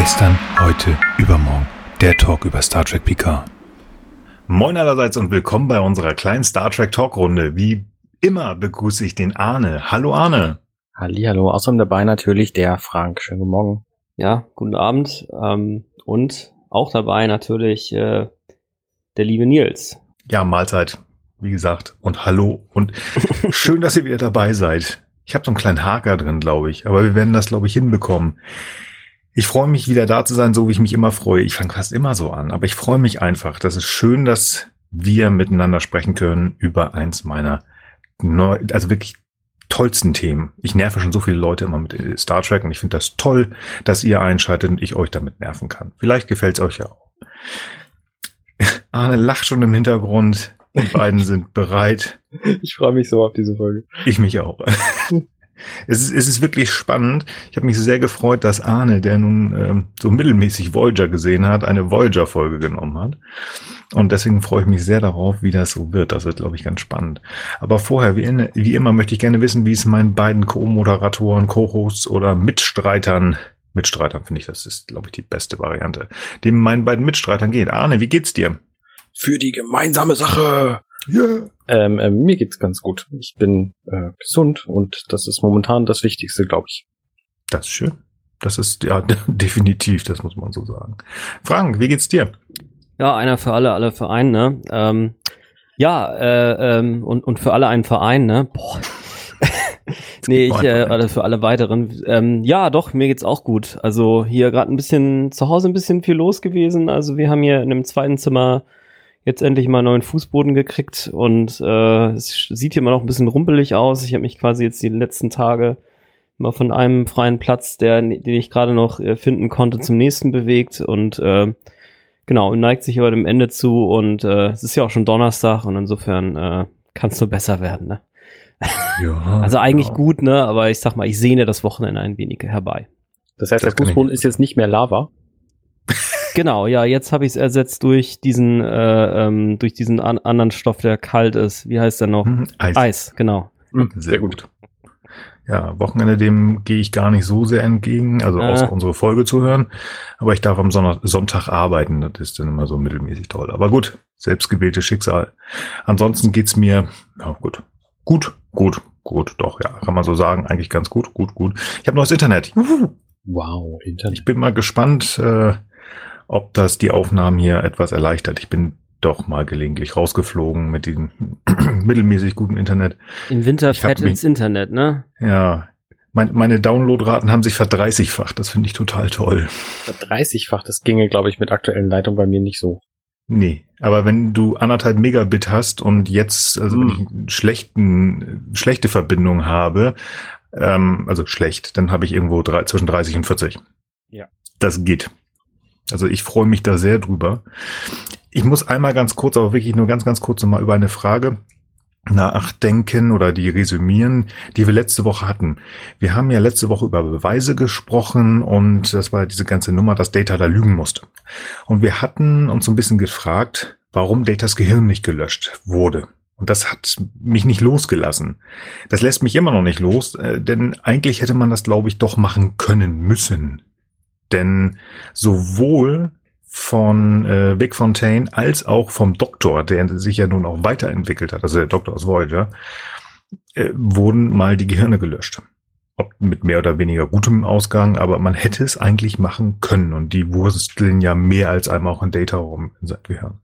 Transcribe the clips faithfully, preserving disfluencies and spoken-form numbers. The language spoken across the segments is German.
Gestern, heute, übermorgen. Der Talk über Star Trek Picard. Moin allerseits und willkommen bei unserer kleinen Star Trek Talkrunde. Wie immer begrüße ich den Arne. Hallo Arne. Hallihallo, außerdem dabei natürlich der Frank. Schönen guten Morgen. Ja, guten Abend. Ähm, und auch dabei natürlich äh, der liebe Nils. Ja, Mahlzeit, wie gesagt. Und hallo. Und schön, dass ihr wieder dabei seid. Ich habe so einen kleinen Haker drin, glaube ich. Aber wir werden das, glaube ich, hinbekommen. Ich freue mich, wieder da zu sein, so wie ich mich immer freue. Ich fange fast immer so an. Aber ich freue mich einfach. Das ist schön, dass wir miteinander sprechen können über eins meiner, neu, also wirklich tollsten Themen. Ich nerve schon so viele Leute immer mit Star Trek und ich finde das toll, dass ihr einschaltet und ich euch damit nerven kann. Vielleicht gefällt es euch ja auch. Arne lacht schon im Hintergrund. Die beiden sind bereit. Ich freue mich so auf diese Folge. Ich mich auch. Es ist, es ist wirklich spannend. Ich habe mich sehr gefreut, dass Arne, der nun ähm, so mittelmäßig Voyager gesehen hat, eine Voyager-Folge genommen hat. Und deswegen freue ich mich sehr darauf, wie das so wird. Das wird, glaube ich, ganz spannend. Aber vorher, wie, in, wie immer, möchte ich gerne wissen, wie es meinen beiden Co-Moderatoren, Co-Hosts oder Mitstreitern, Mitstreitern finde ich, das ist, glaube ich, die beste Variante, dem meinen beiden Mitstreitern geht. Arne, wie geht's dir? Für die gemeinsame Sache. Yeah. Ähm, äh, mir geht's ganz gut. Ich bin äh, gesund und das ist momentan das Wichtigste, glaube ich. Das ist schön. Das ist ja definitiv, das muss man so sagen. Frank, wie geht's dir? Ja, einer für alle, alle für einen, ne? Ähm, ja, äh, ähm, und, und für alle einen Verein, ne? Boah. Nee, ich, äh, alle für alle weiteren. Ähm, ja, doch, mir geht's auch gut. Also hier gerade ein bisschen, zu Hause ein bisschen viel los gewesen. Also wir haben hier in einem zweiten Zimmer jetzt endlich mal einen neuen Fußboden gekriegt und äh, es sieht hier immer noch ein bisschen rumpelig aus. Ich habe mich quasi jetzt die letzten Tage mal von einem freien Platz, der, den ich gerade noch äh, finden konnte, zum nächsten bewegt und äh, genau, neigt sich aber dem Ende zu und äh, es ist ja auch schon Donnerstag und insofern äh, kann es nur besser werden, ne? Ja, also eigentlich ja. gut, ne? Aber ich sag mal, ich sehne das Wochenende ein wenig herbei. Das heißt, Das der Fußboden ist jetzt nicht mehr Lava? Genau, ja, jetzt habe ich es ersetzt durch diesen äh, ähm, durch diesen an- anderen Stoff, der kalt ist. Wie heißt der noch? Hm, Eis. Eis, genau. Hm, sehr gut. Ja, Wochenende, dem gehe ich gar nicht so sehr entgegen, also Äh. außer unsere Folge zu hören. Aber ich darf am Sonntag, Sonntag arbeiten, das ist dann immer so mittelmäßig toll. Aber gut, selbstgewähltes Schicksal. Ansonsten geht's mir, ja gut, gut, gut, gut, doch, ja, kann man so sagen, eigentlich ganz gut, gut, gut. Ich habe neues Internet. Wow, Internet. Ich bin mal gespannt, äh, ob das die Aufnahmen hier etwas erleichtert. Ich bin doch mal gelegentlich rausgeflogen mit diesem mittelmäßig guten Internet. Im Winter Ich hab fett mich- ins Internet, ne? Ja, mein, meine Downloadraten haben sich verdreißigfacht. Das finde ich total toll. dreißigfach, das ginge, glaube ich, mit aktuellen Leitungen bei mir nicht so. Nee, aber wenn du anderthalb Megabit hast und jetzt, also wenn ich einen schlechten, schlechte Verbindung habe, ähm, also schlecht, dann habe ich irgendwo drei, zwischen dreißig und vierzig. Ja. Das geht. Also ich freue mich da sehr drüber. Ich muss einmal ganz kurz, aber wirklich nur ganz, ganz kurz nochmal über eine Frage nachdenken oder die resümieren, die wir letzte Woche hatten. Wir haben ja letzte Woche über Beweise gesprochen und das war diese ganze Nummer, dass Data da lügen musste. Und wir hatten uns so ein bisschen gefragt, warum Datas Gehirn nicht gelöscht wurde. Und das hat mich nicht losgelassen. Das lässt mich immer noch nicht los, äh, denn eigentlich hätte man das, glaube ich, doch machen können müssen. Denn sowohl von äh, Vic Fontaine als auch vom Doktor, der sich ja nun auch weiterentwickelt hat, also der Doktor aus Voyager, äh, wurden mal die Gehirne gelöscht. Ob mit mehr oder weniger gutem Ausgang, aber man hätte es eigentlich machen können und die wursteln ja mehr als einmal auch in Data rum in seinem Gehirn.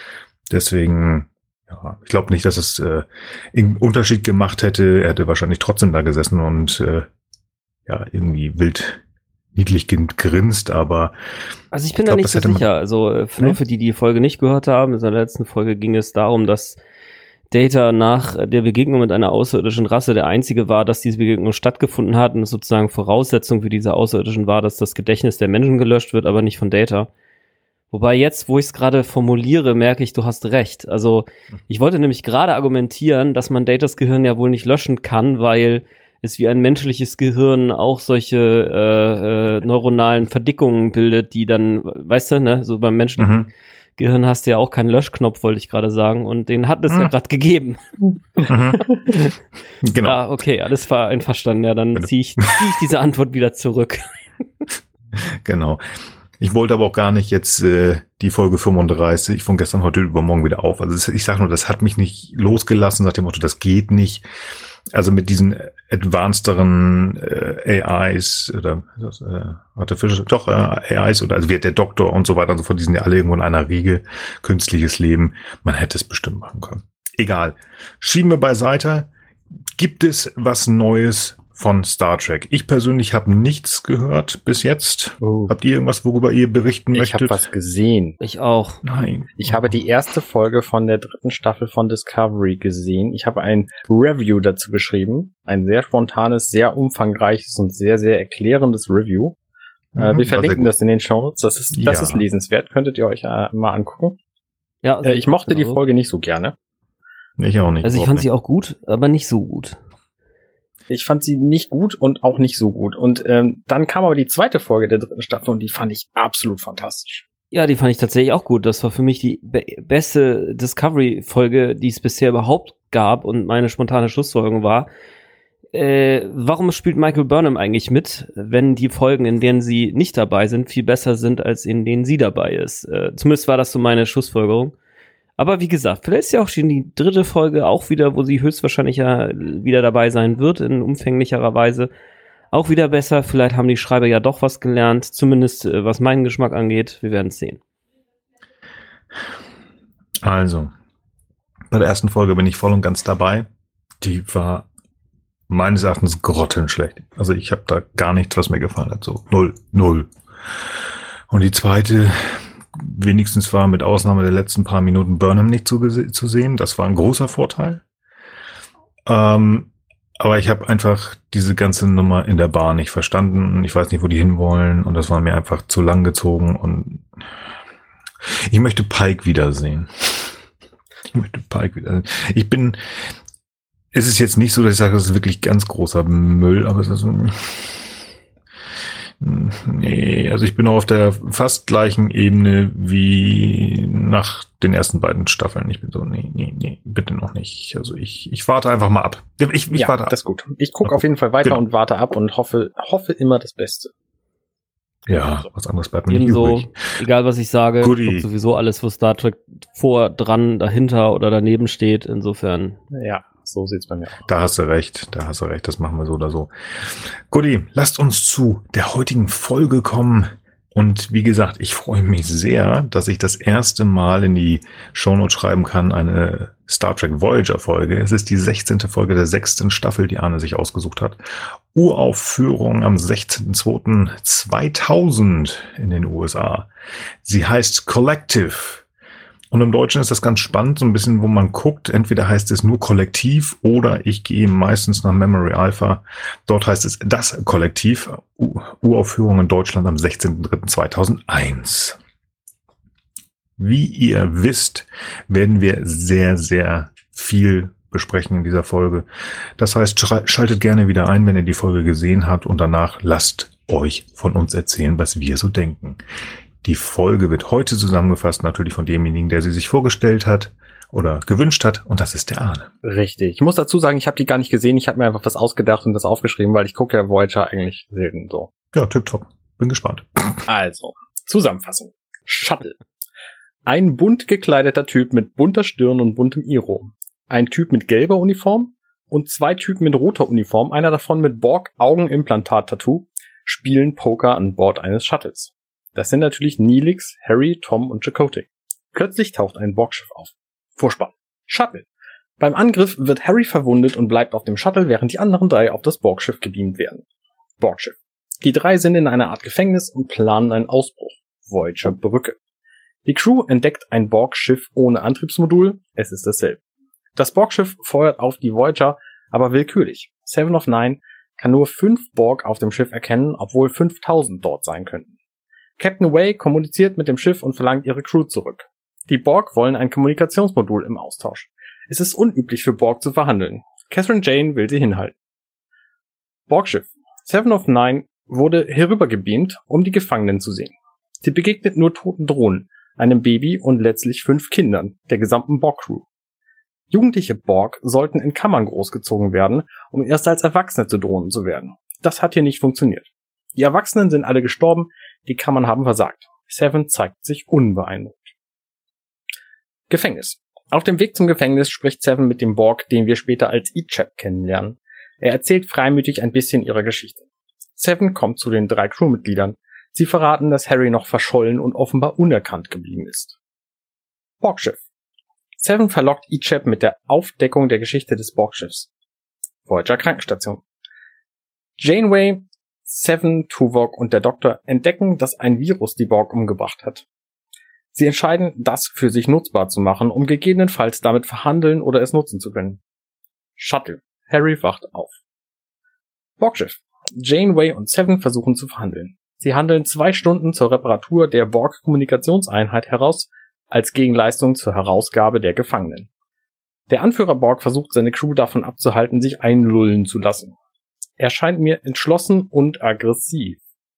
Deswegen, ja, ich glaube nicht, dass es äh, einen Unterschied gemacht hätte. Er hätte wahrscheinlich trotzdem da gesessen und äh, ja, irgendwie wild niedlich gegrinst, aber Also ich bin Ich da glaub, nicht das so hätte man- sicher. Also äh, für, Nee? nur für die, die die Folge nicht gehört haben, in der letzten Folge ging es darum, dass Data nach der Begegnung mit einer außerirdischen Rasse der einzige war, dass diese Begegnung stattgefunden hat und es sozusagen Voraussetzung für diese Außerirdischen war, dass das Gedächtnis der Menschen gelöscht wird, aber nicht von Data. Wobei jetzt, wo ich es gerade formuliere, merke ich, du hast recht. Also ich wollte nämlich gerade argumentieren, dass man Datas Gehirn ja wohl nicht löschen kann, weil es wie ein menschliches Gehirn auch solche äh, äh, neuronalen Verdickungen bildet, die dann, weißt du, ne, so beim menschlichen Mhm. Gehirn hast du ja auch keinen Löschknopf, wollte ich gerade sagen, und den hat es ja Mhm. gerade gegeben. Mhm. Genau. Ja, okay, alles war einverstanden. Ja, dann Bitte. ziehe ich, zieh ich diese Antwort wieder zurück. Genau. Ich wollte aber auch gar nicht jetzt äh, die Folge fünfunddreißig von gestern, heute, übermorgen wieder auf. Also ich sage nur, das hat mich nicht losgelassen nach dem Motto, das geht nicht. Also mit diesen advancederen äh, A Is oder äh, Artificial, doch äh, A Is oder also wie der Doktor und so weiter und so fort, die sind ja alle irgendwo in einer Riege, künstliches Leben. Man hätte es bestimmt machen können. Egal. Schieben wir beiseite. Gibt es was Neues von Star Trek? Ich persönlich habe nichts gehört bis jetzt. Oh. Habt ihr irgendwas, worüber ihr berichten ich möchtet? Ich habe was gesehen. Ich auch. Nein. Ich habe die erste Folge von der dritten Staffel von Discovery gesehen. Ich habe ein Review dazu geschrieben. Ein sehr spontanes, sehr umfangreiches und sehr, sehr erklärendes Review. Mhm, äh, wir verlinken das in den Shownotes. Das ist, das ja. ist lesenswert. Könntet ihr euch äh, mal angucken. Ja, äh, ich mochte die Folge nicht so gerne. Ich auch nicht. Also ich fand sie auch gut, aber nicht so gut. Ich fand sie nicht gut und auch nicht so gut. Und ähm, dann kam aber die zweite Folge der dritten Staffel und die fand ich absolut fantastisch. Ja, die fand ich tatsächlich auch gut. Das war für mich die be- beste Discovery-Folge, die es bisher überhaupt gab und meine spontane Schlussfolgerung war, äh, warum spielt Michael Burnham eigentlich mit, wenn die Folgen, in denen sie nicht dabei sind, viel besser sind, als in denen sie dabei ist? Äh, zumindest war das so meine Schlussfolgerung. Aber wie gesagt, vielleicht ist ja auch schon die dritte Folge auch wieder, wo sie höchstwahrscheinlich ja wieder dabei sein wird, in umfänglicherer Weise, auch wieder besser. Vielleicht haben die Schreiber ja doch was gelernt, zumindest äh, was meinen Geschmack angeht. Wir werden es sehen. Also, bei der ersten Folge bin ich voll und ganz dabei. Die war meines Erachtens grottenschlecht. Also ich habe da gar nichts, was mir gefallen hat. So null, null. Und die zweite... wenigstens war mit Ausnahme der letzten paar Minuten Burnham nicht zu, zu sehen. Das war ein großer Vorteil. Ähm, aber ich habe einfach diese ganze Nummer in der Bar nicht verstanden. Ich weiß nicht, wo die hinwollen. Und das war mir einfach zu lang gezogen. Und ich möchte Pike wiedersehen. Ich möchte Pike wiedersehen. Ich bin... Es ist jetzt nicht so, dass ich sage, das ist wirklich ganz großer Müll, aber es ist... Nee, also ich bin auf der fast gleichen Ebene wie nach den ersten beiden Staffeln. Ich bin so, nee, nee, nee, bitte noch nicht. Also ich, ich warte einfach mal ab. Ich, ich ja, warte ab. Das ist gut. Ich gucke auf jeden Fall weiter genau. und warte ab und hoffe, hoffe immer das Beste. Ja, also, was anderes bleibt mir nicht Ebenso, übrig. Egal was ich sage, kommt sowieso alles, wo Star Trek vor, dran, dahinter oder daneben steht. Insofern. Ja. So sieht's bei mir aus. Da hast du recht, da hast du recht, das machen wir so oder so. Guti, lasst uns zu der heutigen Folge kommen. Und wie gesagt, ich freue mich sehr, dass ich das erste Mal in die Shownotes schreiben kann, eine Star Trek Voyager Folge. Es ist die sechzehnte Folge der sechsten Staffel, die Arne sich ausgesucht hat. Uraufführung am sechzehnten zweiten zweitausend in den U S A. Sie heißt Collective. Und im Deutschen ist das ganz spannend, so ein bisschen, wo man guckt. Entweder heißt es nur Kollektiv oder ich gehe meistens nach Memory Alpha. Dort heißt es das Kollektiv. Uraufführung in Deutschland am sechzehnten dritten zweitausendeins. Wie ihr wisst, werden wir sehr, sehr viel besprechen in dieser Folge. Das heißt, schaltet gerne wieder ein, wenn ihr die Folge gesehen habt und danach lasst euch von uns erzählen, was wir so denken. Die Folge wird heute zusammengefasst, natürlich von demjenigen, der sie sich vorgestellt hat oder gewünscht hat, und das ist der Arne. Richtig. Ich muss dazu sagen, ich habe die gar nicht gesehen, ich habe mir einfach was ausgedacht und das aufgeschrieben, weil ich gucke ja Voyager eigentlich selten so. Ja, tipptopp. Bin gespannt. Also, Zusammenfassung. Shuttle. Ein bunt gekleideter Typ mit bunter Stirn und buntem Iro. Ein Typ mit gelber Uniform und zwei Typen mit roter Uniform, einer davon mit Borg-Augenimplantat-Tattoo, spielen Poker an Bord eines Shuttles. Das sind natürlich Neelix, Harry, Tom und Chakotay. Plötzlich taucht ein Borgschiff auf. Vorspann. Shuttle. Beim Angriff wird Harry verwundet und bleibt auf dem Shuttle, während die anderen drei auf das Borgschiff gebeamt werden. Borgschiff. Die drei sind in einer Art Gefängnis und planen einen Ausbruch. Voyager Brücke. Die Crew entdeckt ein Borgschiff ohne Antriebsmodul. Es ist dasselbe. Das Borgschiff feuert auf die Voyager, aber willkürlich. Seven of Nine kann nur fünf Borg auf dem Schiff erkennen, obwohl fünftausend dort sein könnten. Captain Way kommuniziert mit dem Schiff und verlangt ihre Crew zurück. Die Borg wollen ein Kommunikationsmodul im Austausch. Es ist unüblich für Borg zu verhandeln. Catherine Jane will sie hinhalten. Borgschiff. Seven of Nine wurde herübergebeamt, um die Gefangenen zu sehen. Sie begegnet nur toten Drohnen, einem Baby und letztlich fünf Kindern, der gesamten Borg-Crew. Jugendliche Borg sollten in Kammern großgezogen werden, um erst als Erwachsene zu Drohnen zu werden. Das hat hier nicht funktioniert. Die Erwachsenen sind alle gestorben, die Kammern haben versagt. Seven zeigt sich unbeeindruckt. Gefängnis. Auf dem Weg zum Gefängnis spricht Seven mit dem Borg, den wir später als Icheb kennenlernen. Er erzählt freimütig ein bisschen ihrer Geschichte. Seven kommt zu den drei Crewmitgliedern. Sie verraten, dass Harry noch verschollen und offenbar unerkannt geblieben ist. Borgschiff. Seven verlockt Icheb mit der Aufdeckung der Geschichte des Borgschiffs. Voyager Krankenstation. Janeway, Seven, Tuvok und der Doktor entdecken, dass ein Virus die Borg umgebracht hat. Sie entscheiden, das für sich nutzbar zu machen, um gegebenenfalls damit verhandeln oder es nutzen zu können. Shuttle. Harry wacht auf. Borgschiff. Janeway und Seven versuchen zu verhandeln. Sie handeln zwei Stunden zur Reparatur der Borg-Kommunikationseinheit heraus, als Gegenleistung zur Herausgabe der Gefangenen. Der Anführer Borg versucht, seine Crew davon abzuhalten, sich einlullen zu lassen. Er scheint mir entschlossen und aggressiv.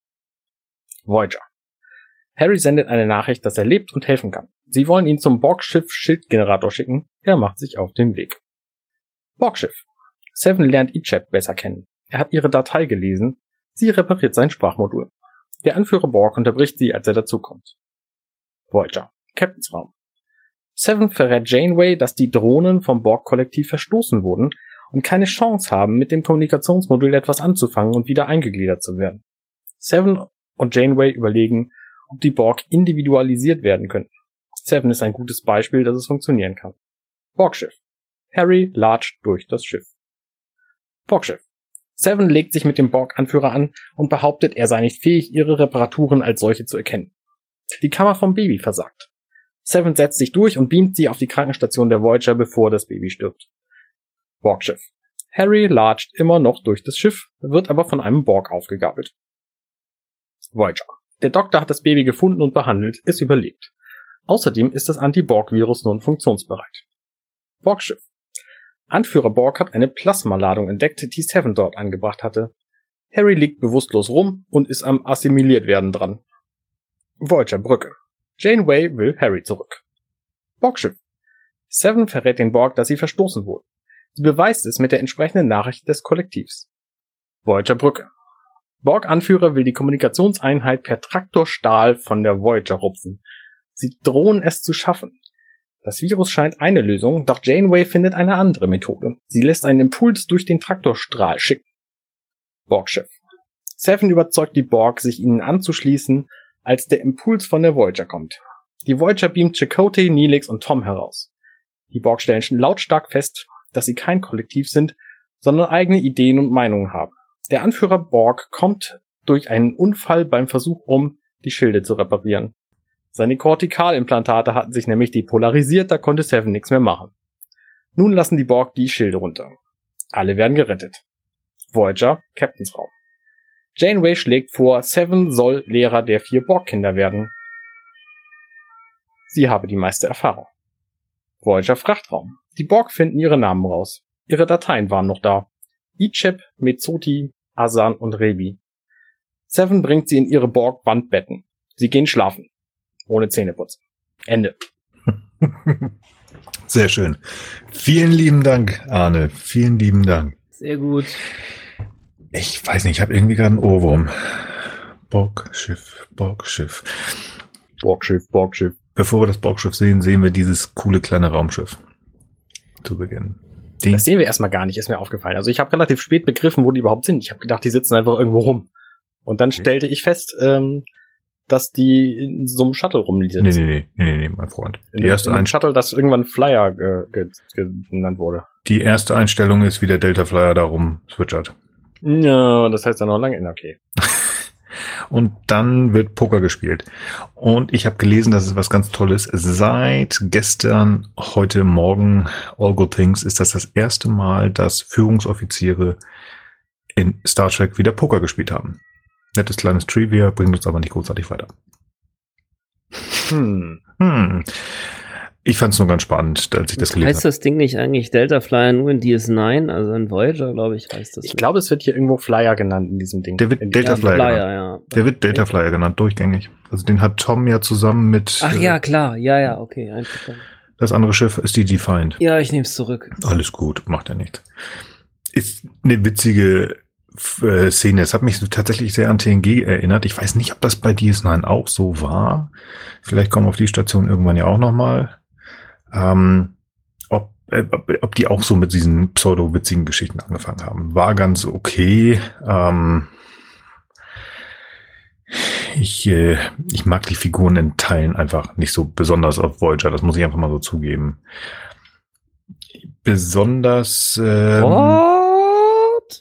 Voyager. Harry sendet eine Nachricht, dass er lebt und helfen kann. Sie wollen ihn zum Borgschiff-Schildgenerator schicken. Er macht sich auf den Weg. Borgschiff. Seven lernt Icheb besser kennen. Er hat ihre Datei gelesen. Sie repariert sein Sprachmodul. Der Anführer Borg unterbricht sie, als er dazukommt. Voyager. Captains Raum. Seven verrät Janeway, dass die Drohnen vom Borg-Kollektiv verstoßen wurden und keine Chance haben, mit dem Kommunikationsmodul etwas anzufangen und wieder eingegliedert zu werden. Seven und Janeway überlegen, ob die Borg individualisiert werden könnten. Seven ist ein gutes Beispiel, dass es funktionieren kann. Borgschiff. Harry latscht durch das Schiff. Borgschiff. Seven legt sich mit dem Borg-Anführer an und behauptet, er sei nicht fähig, ihre Reparaturen als solche zu erkennen. Die Kammer vom Baby versagt. Seven setzt sich durch und beamt sie auf die Krankenstation der Voyager, bevor das Baby stirbt. Borgschiff. Harry latscht immer noch durch das Schiff, wird aber von einem Borg aufgegabelt. Voyager. Der Doktor hat das Baby gefunden und behandelt, es überlebt. Außerdem ist das Anti-Borg-Virus nun funktionsbereit. Borgschiff. Anführer Borg hat eine Plasmaladung entdeckt, die Seven dort angebracht hatte. Harry liegt bewusstlos rum und ist am assimiliert werden dran. Voyager Brücke. Janeway will Harry zurück. Borgschiff. Seven verrät den Borg, dass sie verstoßen wurden. Sie beweist es mit der entsprechenden Nachricht des Kollektivs. Voyager Brücke. Borg-Anführer will die Kommunikationseinheit per Traktorstahl von der Voyager rupfen. Sie drohen es zu schaffen. Das Virus scheint eine Lösung, doch Janeway findet eine andere Methode. Sie lässt einen Impuls durch den Traktorstrahl schicken. Borgschiff. Seven überzeugt die Borg, sich ihnen anzuschließen, als der Impuls von der Voyager kommt. Die Voyager beamt Chakotay, Neelix und Tom heraus. Die Borg stellen lautstark fest, dass sie kein Kollektiv sind, sondern eigene Ideen und Meinungen haben. Der Anführer Borg kommt durch einen Unfall beim Versuch um, die Schilde zu reparieren. Seine Kortikalimplantate hatten sich nämlich depolarisiert, da konnte Seven nichts mehr machen. Nun lassen die Borg die Schilde runter. Alle werden gerettet. Voyager, Captains Raum. Janeway schlägt vor, Seven soll Lehrer der vier Borg-Kinder werden. Sie habe die meiste Erfahrung. Voyager Frachtraum. Die Borg finden ihre Namen raus. Ihre Dateien waren noch da. Icheb, Mezoti, Asan und Rebi. Seven bringt sie in ihre Borg-Wandbetten. Sie gehen schlafen. Ohne Zähneputzen. Ende. Sehr schön. Vielen lieben Dank, Arne. Vielen lieben Dank. Sehr gut. Ich weiß nicht, ich habe irgendwie gerade einen Ohrwurm. Borgschiff, Borgschiff. Borgschiff, Borgschiff. Bevor wir das Borgschiff sehen, sehen wir dieses coole kleine Raumschiff. Zu Beginn. Die das sehen wir erstmal gar nicht, ist mir aufgefallen. Also ich habe relativ spät begriffen, wo die überhaupt sind. Ich habe gedacht, die sitzen einfach irgendwo rum. Und dann stellte ich fest, ähm, dass die in so einem Shuttle rumsitzen. Nee, nee, nee, nee, nee, mein Freund. Die in, erste in einem Einst- Shuttle, das irgendwann Flyer ge- ge- ge- genannt wurde. Die erste Einstellung ist, wie der Delta Flyer da rum switchert. Ja, das heißt dann noch lange in, okay. Und dann wird Poker gespielt. Und ich habe gelesen, dass es was ganz Tolles. Seit gestern, heute Morgen, All Good Things, ist das das erste Mal, dass Führungsoffiziere in Star Trek wieder Poker gespielt haben. Nettes kleines Trivia, bringt uns aber nicht großartig weiter. Hm. Hm. Ich fand es nur ganz spannend, als ich das gelesen habe. Heißt das Ding nicht eigentlich Delta Flyer nur in D S neun? Also in Voyager, glaube ich, heißt das. Ich glaube, es wird hier irgendwo Flyer genannt in diesem Ding. Der wird in Delta ja, Flyer, Flyer genannt. ja. Der wird Delta Flyer genannt, durchgängig. Also den hat Tom ja zusammen mit... Ach äh, ja, klar. Ja, ja, okay. Einfach. Das andere Schiff ist die Defiant. Ja, ich nehme es zurück. Alles gut, macht ja nichts. Ist eine witzige äh, Szene. Es hat mich so tatsächlich sehr an T N G erinnert. Ich weiß nicht, ob das bei D S neun auch so war. Vielleicht kommen wir auf die Station irgendwann ja auch nochmal. Ähm, ob, äh, ob, ob die auch so mit diesen pseudo-witzigen Geschichten angefangen haben. War ganz okay. Ähm, ich, äh, ich mag die Figuren in Teilen einfach nicht so besonders auf Voyager. Das muss ich einfach mal so zugeben. Besonders ähm, What?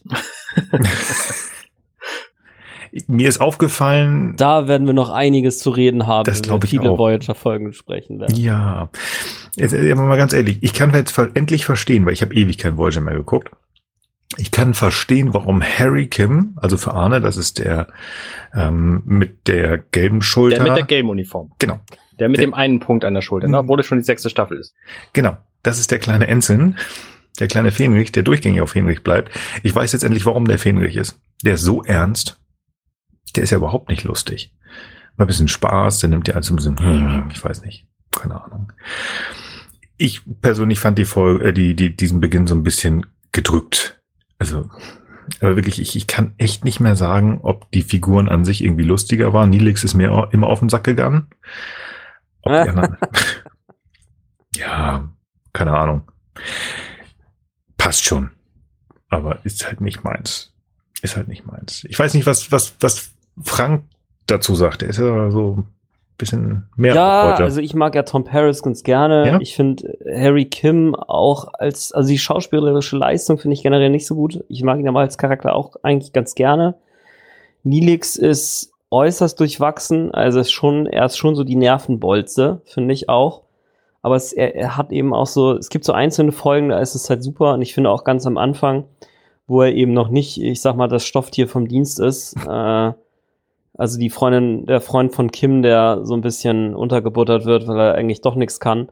mir ist aufgefallen, Da werden wir noch einiges zu reden haben, Das wenn glaub wir ich viele auch. Voyager-Folgen sprechen werden. ja, jetzt, jetzt mal ganz ehrlich, ich kann jetzt ver- endlich verstehen, weil ich habe ewig kein Voyager mehr geguckt. Ich kann verstehen, warum Harry Kim, also für Arne, das ist der ähm, mit der gelben Schulter. Der mit der Game-Uniform. Genau, Der mit Der- dem einen Punkt an der Schulter, ne? Obwohl es schon die sechste Staffel ist. genau. Das ist der kleine Ensign, der kleine Fähnrich, der durchgängig auf Fähnrich bleibt. Ich weiß jetzt endlich, warum der Fähnrich ist. Der ist so ernst. Der ist ja überhaupt nicht lustig. Mal ein bisschen Spaß, der nimmt ja also ein bisschen, ich weiß nicht, keine Ahnung. Ich persönlich fand die Folge, äh, die, die, diesen Beginn so ein bisschen gedrückt. Also, aber wirklich, ich, ich kann echt nicht mehr sagen, ob die Figuren an sich irgendwie lustiger waren. Neelix ist mir auch immer auf den Sack gegangen. Ob die anderen, ja, keine Ahnung. Passt schon. Aber ist halt nicht meins. Ist halt nicht meins. Ich weiß nicht, was, was, was Frank dazu sagt. Er ist ja so ein bisschen mehr. Ja, heute. also ich mag ja Tom Paris ganz gerne. Ja? Ich finde Harry Kim auch als, also die schauspielerische Leistung finde ich generell nicht so gut. Ich mag ihn aber als Charakter auch eigentlich ganz gerne. Neelix ist äußerst durchwachsen, also ist schon, er ist schon so die Nervenbolze, finde ich auch. Aber es, er, er hat eben auch so, es gibt so einzelne Folgen, da ist es halt super und ich finde auch ganz am Anfang, wo er eben noch nicht, ich sag mal, das Stofftier vom Dienst ist, äh, also die Freundin, der Freund von Kim, der so ein bisschen untergebuttert wird, weil er eigentlich doch nichts kann.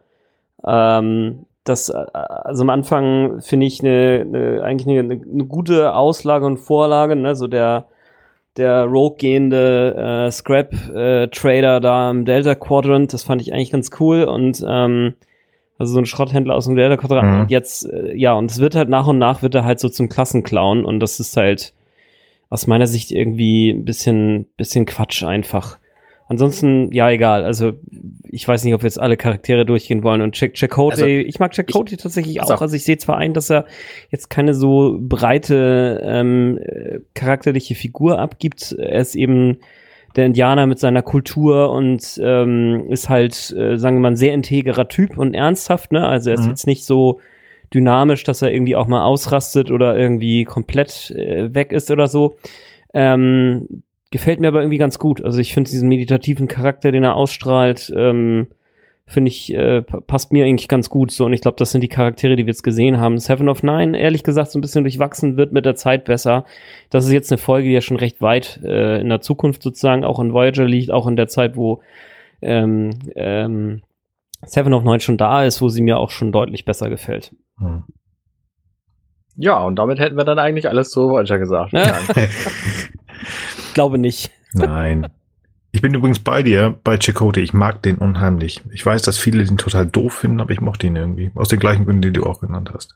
Ähm, das, also am Anfang finde ich eine, eine, eigentlich eine, eine gute Auslage und Vorlage, ne, so der, der rogue-gehende äh, Scrap-Trader äh, da im Delta Quadrant, das fand ich eigentlich ganz cool und ähm, also so ein Schrotthändler aus dem Delta Quadrant. Mhm. Und jetzt, äh, ja, und es wird halt nach und nach wird er halt so zum Klassenclown und das ist halt aus meiner Sicht irgendwie ein bisschen, bisschen Quatsch einfach. Ansonsten, ja, egal. Also, ich weiß nicht, ob wir jetzt alle Charaktere durchgehen wollen. Und Jack, Chakotay, also, ich mag Chakotay tatsächlich auch. Also, ich sehe zwar ein, dass er jetzt keine so breite ähm, charakterliche Figur abgibt. Er ist eben der Indianer mit seiner Kultur und ähm, ist halt, äh, sagen wir mal, ein sehr integrer Typ und ernsthaft, ne? Also, er ist mhm. jetzt nicht so dynamisch, dass er irgendwie auch mal ausrastet oder irgendwie komplett äh, weg ist oder so. Ähm, gefällt mir aber irgendwie ganz gut. Also ich finde diesen meditativen Charakter, den er ausstrahlt, ähm, finde ich, äh, passt mir eigentlich ganz gut. So, und ich glaube, das sind die Charaktere, die wir jetzt gesehen haben. Seven of Nine, ehrlich gesagt, so ein bisschen durchwachsen, wird mit der Zeit besser. Das ist jetzt eine Folge, die ja schon recht weit äh, in der Zukunft sozusagen auch in Voyager liegt, auch in der Zeit, wo ähm, ähm, Seven of Nine schon da ist, wo sie mir auch schon deutlich besser gefällt. Hm. Ja, und damit hätten wir dann eigentlich alles zu Voyager gesagt. Ja. Ich glaube nicht. Nein. Ich bin übrigens bei dir, bei Chakotay. Ich mag den unheimlich. Ich weiß, dass viele den total doof finden, aber ich mochte ihn irgendwie. Aus den gleichen Gründen, die du auch genannt hast.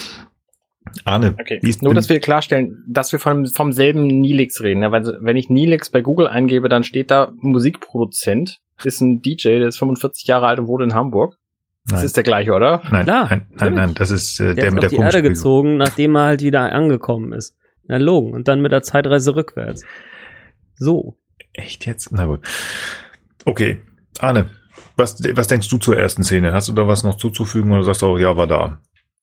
Arne. Okay, nur, dass wir klarstellen, dass wir vom, vom selben Neelix reden. Ja, weil, wenn ich Neelix bei Google eingebe, dann steht da Musikproduzent. Ist ein D J, der ist fünfundvierzig Jahre alt und wohnt in Hamburg. Das Nein. ist der gleiche, oder? Nein, Klar, nein, nein, nein, das ist äh, der, der ist mit auf der die Erde Punktspiel. gezogen, nachdem er halt wieder angekommen ist. Na logen. Und dann mit der Zeitreise rückwärts. So. Echt jetzt? Na gut. Okay, Arne, was, was denkst du zur ersten Szene? Hast du da was noch zuzufügen oder sagst du auch, ja, war da?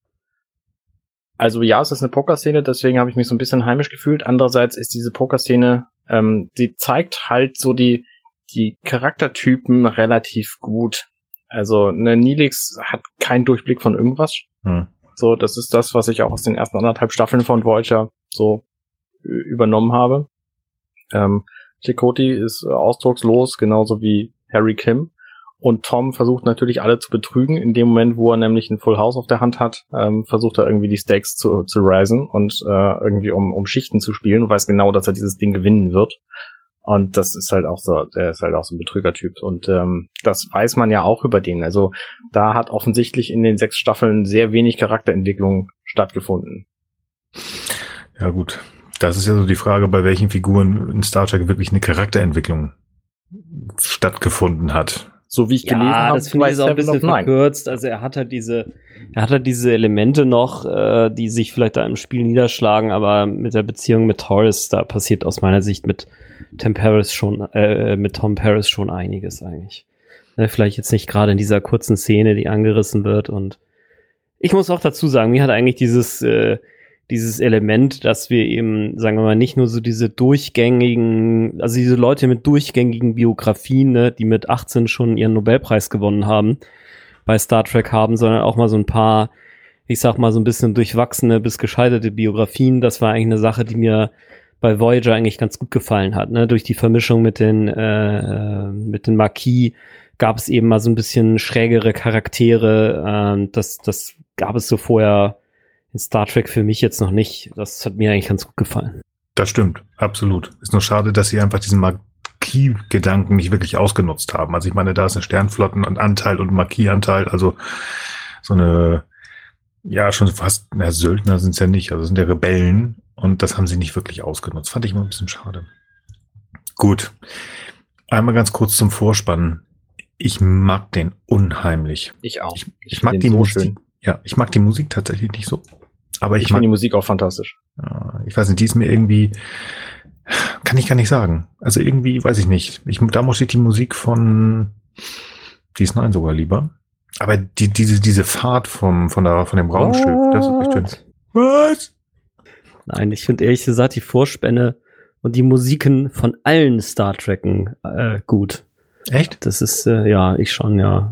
Also ja, es ist eine Pokerszene, deswegen habe ich mich so ein bisschen heimisch gefühlt. Andererseits ist diese Pokerszene, ähm, die zeigt halt so die die Charaktertypen relativ gut. Also ne, Neelix hat keinen Durchblick von irgendwas. Hm. So, das ist das, was ich auch aus den ersten anderthalb Staffeln von Voyager so übernommen habe. Ähm, Chakotay ist äh, ausdruckslos, genauso wie Harry Kim. Und Tom versucht natürlich alle zu betrügen. In dem Moment, wo er nämlich ein Full House auf der Hand hat, ähm, versucht er irgendwie die Stakes zu, zu risen und äh, irgendwie um, um Schichten zu spielen und weiß genau, dass er dieses Ding gewinnen wird. Und das ist halt auch so, der ist halt auch so ein Betrügertyp. Und ähm, das weiß man ja auch über den. Also da hat offensichtlich in den sechs Staffeln sehr wenig Charakterentwicklung stattgefunden. Ja gut, Das ist ja so die Frage, bei welchen Figuren in Star Trek wirklich eine Charakterentwicklung stattgefunden hat. So wie ich gelesen Ja, habe, das finde ich auch ein bisschen verkürzt. Also er hat halt diese, er hat halt diese Elemente noch, äh, die sich vielleicht da im Spiel niederschlagen, aber mit der Beziehung mit Torres, da passiert aus meiner Sicht mit Tom Paris schon, äh, mit Tom Paris schon einiges eigentlich. Ne, vielleicht jetzt nicht gerade in dieser kurzen Szene, die angerissen wird. Und ich muss auch dazu sagen, mir hat eigentlich dieses, äh, dieses Element, dass wir eben, sagen wir mal, nicht nur so diese durchgängigen, also diese Leute mit durchgängigen Biografien, ne, die mit achtzehn schon ihren Nobelpreis gewonnen haben, bei Star Trek haben, sondern auch mal so ein paar, ich sag mal, so ein bisschen durchwachsene bis gescheiterte Biografien. Das war eigentlich eine Sache, die mir bei Voyager eigentlich ganz gut gefallen hat, ne, durch die Vermischung mit den, äh, mit den Maquis gab es eben mal so ein bisschen schrägere Charaktere, äh, das, das gab es so vorher in Star Trek für mich jetzt noch nicht. Das hat mir eigentlich ganz gut gefallen. Das stimmt, absolut. Ist nur schade, dass sie einfach diesen Marquis-Gedanken nicht wirklich ausgenutzt haben. Also ich meine, da ist ein Sternflottenanteil und Marquis-Anteil, also so eine, ja, schon fast, na, Söldner sind es ja nicht, also sind ja Rebellen und das haben sie nicht wirklich ausgenutzt. Fand ich immer ein bisschen schade. Gut. Einmal ganz kurz zum Vorspann. Ich mag den unheimlich. Ich auch. Ich, ich, ich mag die so Musik. Schön. Ja, ich mag die Musik tatsächlich nicht so. Aber ich, ich finde die Musik auch fantastisch. Ich weiß nicht, die ist mir irgendwie, kann ich gar nicht sagen. Also irgendwie, weiß ich nicht. Ich, da muss ich die Musik von D S neun sogar lieber. Aber die, diese, diese Fahrt vom, von der, von dem Raumschiff, What? Das ist echt schön. Was? Nein, ich finde ehrlich gesagt die Vorspänne und die Musiken von allen Star Trekken äh, gut. Echt? Das ist, äh, ja, ich schon, ja.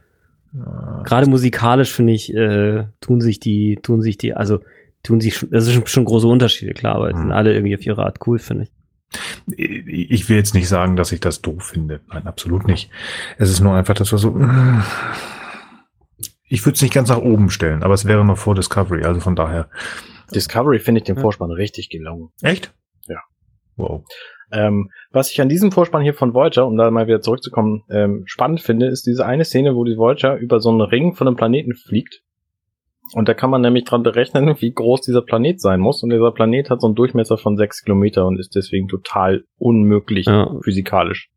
Gerade musikalisch finde ich, äh, tun sich die, tun sich die, also tun sich, das sind schon, schon große Unterschiede, klar, aber hm. sind alle irgendwie auf ihre Art cool, finde ich. Ich will jetzt nicht sagen, dass ich das doof finde. Nein, absolut nicht. Es ist nur einfach, dass wir so, ich würde es nicht ganz nach oben stellen, aber es wäre noch vor Discovery, also von daher. Discovery finde ich den Vorspann ja. richtig gelungen. Echt? Ja. Wow. Ähm, was ich an diesem Vorspann hier von Voyager, um da mal wieder zurückzukommen, ähm, spannend finde, ist diese eine Szene, wo die Voyager über so einen Ring von einem Planeten fliegt. Und da kann man nämlich dran berechnen, wie groß dieser Planet sein muss. Und dieser Planet hat so einen Durchmesser von sechs Kilometer und ist deswegen total unmöglich ja. physikalisch.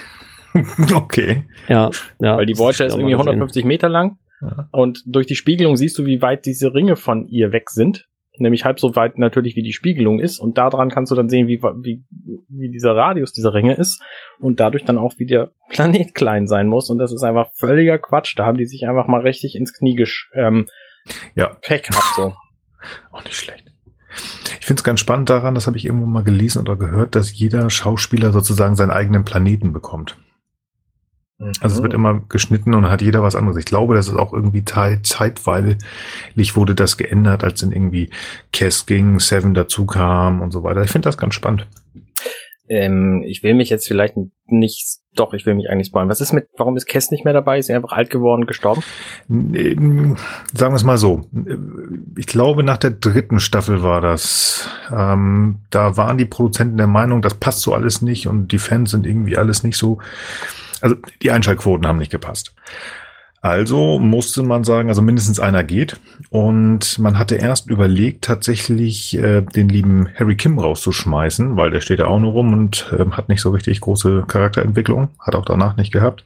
Okay. Ja, ja. Weil die Voyager ist irgendwie hundertfünfzig Meter lang. Ja. Und durch die Spiegelung siehst du, wie weit diese Ringe von ihr weg sind. Nämlich halb so weit natürlich, wie die Spiegelung ist. Und daran kannst du dann sehen, wie, wie, wie dieser Radius dieser Ringe ist. Und dadurch dann auch, wie der Planet klein sein muss. Und das ist einfach völliger Quatsch. Da haben die sich einfach mal richtig ins Knie gesch... Ähm, ja. Pech gehabt, so. Auch nicht schlecht. Ich finde es ganz spannend daran, das habe ich irgendwo mal gelesen oder gehört, dass jeder Schauspieler sozusagen seinen eigenen Planeten bekommt. Also es wird immer geschnitten und hat jeder was anderes. Ich glaube, das ist auch irgendwie zeitweilig wurde das geändert, als dann irgendwie Cass ging, Seven dazu kam und so weiter. Ich finde das ganz spannend. Ähm, ich will mich jetzt vielleicht nicht, doch, ich will mich eigentlich spoilern. Was ist mit, warum ist Cass nicht mehr dabei? Ist er einfach alt geworden, gestorben? Sagen wir es mal so. Ich glaube, nach der dritten Staffel war das. Ähm, da waren die Produzenten der Meinung, das passt so alles nicht und die Fans sind irgendwie alles nicht so. Also die Einschaltquoten haben nicht gepasst. Also musste man sagen, also mindestens einer geht. Und man hatte erst überlegt, tatsächlich äh, den lieben Harry Kim rauszuschmeißen, weil der steht ja auch nur rum und äh, hat nicht so richtig große Charakterentwicklung. Hat auch danach nicht gehabt.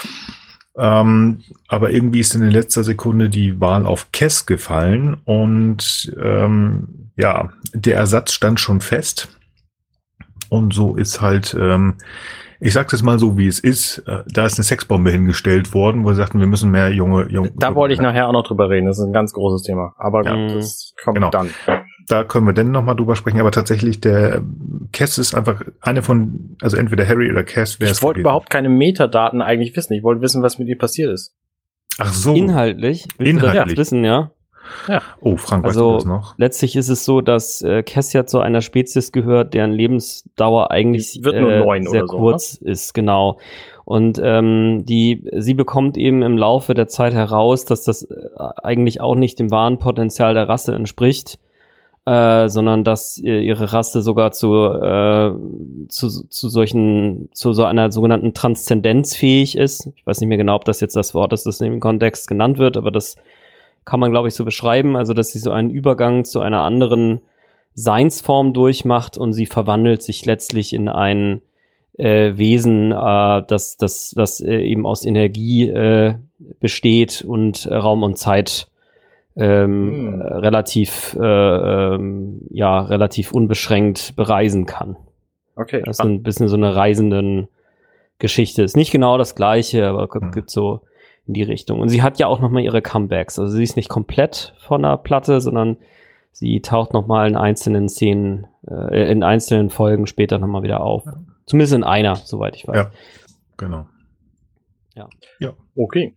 Ähm, aber irgendwie ist in letzter Sekunde die Wahl auf Cass gefallen. Und ähm, ja, der Ersatz stand schon fest. Und so ist halt... Ähm, Ich sag's jetzt mal so, wie es ist. Da ist eine Sexbombe hingestellt worden, wo sie sagten, wir müssen mehr junge... junge da wollte ich nachher auch noch drüber reden. Das ist ein ganz großes Thema. Aber ja, gut, das kommt genau. dann. Da können wir dann nochmal drüber sprechen. Aber tatsächlich, der Cass ist einfach eine von... Also entweder Harry oder Cass wäre es. Ich wollte überhaupt keine Metadaten eigentlich wissen. Ich wollte wissen, was mit ihr passiert ist. Ach so. Inhaltlich? Inhaltlich. Wissen, ja. Ja. Oh, Frank, also, weißt du das noch? Letztlich ist es so, dass äh, Cass ja zu einer Spezies gehört, deren Lebensdauer eigentlich wird nur äh, neun sehr oder so, kurz ne? ist, genau. Und ähm, die, sie bekommt eben im Laufe der Zeit heraus, dass das äh, eigentlich auch nicht dem wahren Potenzial der Rasse entspricht, äh, sondern dass äh, ihre Rasse sogar zu, äh, zu zu solchen, zu so einer sogenannten Transzendenz fähig ist. Ich weiß nicht mehr genau, ob das jetzt das Wort ist, das in dem Kontext genannt wird, aber das kann man, glaube ich, so beschreiben, also dass sie so einen Übergang zu einer anderen Seinsform durchmacht und sie verwandelt sich letztlich in ein äh, Wesen, äh, das, das, das äh, eben aus Energie äh, besteht und äh, Raum und Zeit ähm, hm. relativ äh, ähm, ja relativ unbeschränkt bereisen kann. Okay. Das ist ein bisschen so eine reisenden Geschichte. Ist nicht genau das Gleiche, aber hm. gibt so in die Richtung. Und sie hat ja auch nochmal ihre Comebacks. Also sie ist nicht komplett von der Platte, sondern sie taucht nochmal in einzelnen Szenen, äh, in einzelnen Folgen später nochmal wieder auf. Ja. Zumindest in einer, soweit ich weiß. Ja, genau. Ja. Ja. Okay.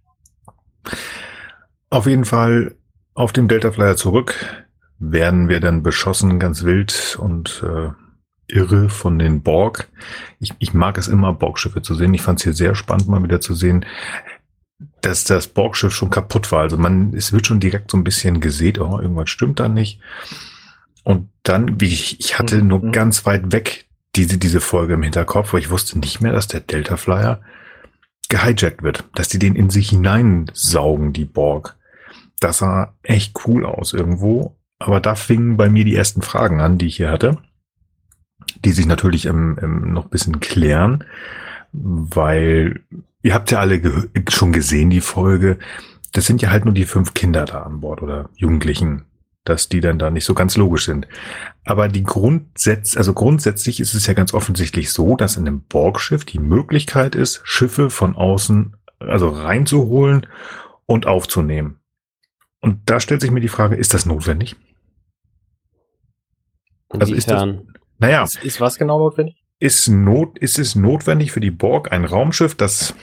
Auf jeden Fall auf dem Delta Flyer zurück werden wir dann beschossen, ganz wild und äh, irre von den Borg. Ich, ich mag es immer, Borgschiffe zu sehen. Ich fand es hier sehr spannend, mal wieder zu sehen, dass das Borgschiff schon kaputt war. Also man, es wird schon direkt so ein bisschen gesehen, oh, irgendwas stimmt da nicht. Und dann, wie ich, ich hatte nur mhm. ganz weit weg diese, diese Folge im Hinterkopf, weil ich wusste nicht mehr, dass der Delta Flyer gehijackt wird, dass die den in sich hineinsaugen, die Borg. Das sah echt cool aus irgendwo. Aber da fingen bei mir die ersten Fragen an, die ich hier hatte, die sich natürlich im, im noch ein bisschen klären, weil ihr habt ja alle ge- schon gesehen, die Folge. Das sind ja halt nur die fünf Kinder da an Bord oder Jugendlichen, dass die dann da nicht so ganz logisch sind. Aber die Grundsätze, also grundsätzlich ist es ja ganz offensichtlich so, dass in einem Borgschiff die Möglichkeit ist, Schiffe von außen, also reinzuholen und aufzunehmen. Und da stellt sich mir die Frage, ist das notwendig? Also ist das, naja. Ist, ist was genau notwendig? Ist, not, ist es notwendig für die Borg ein Raumschiff, das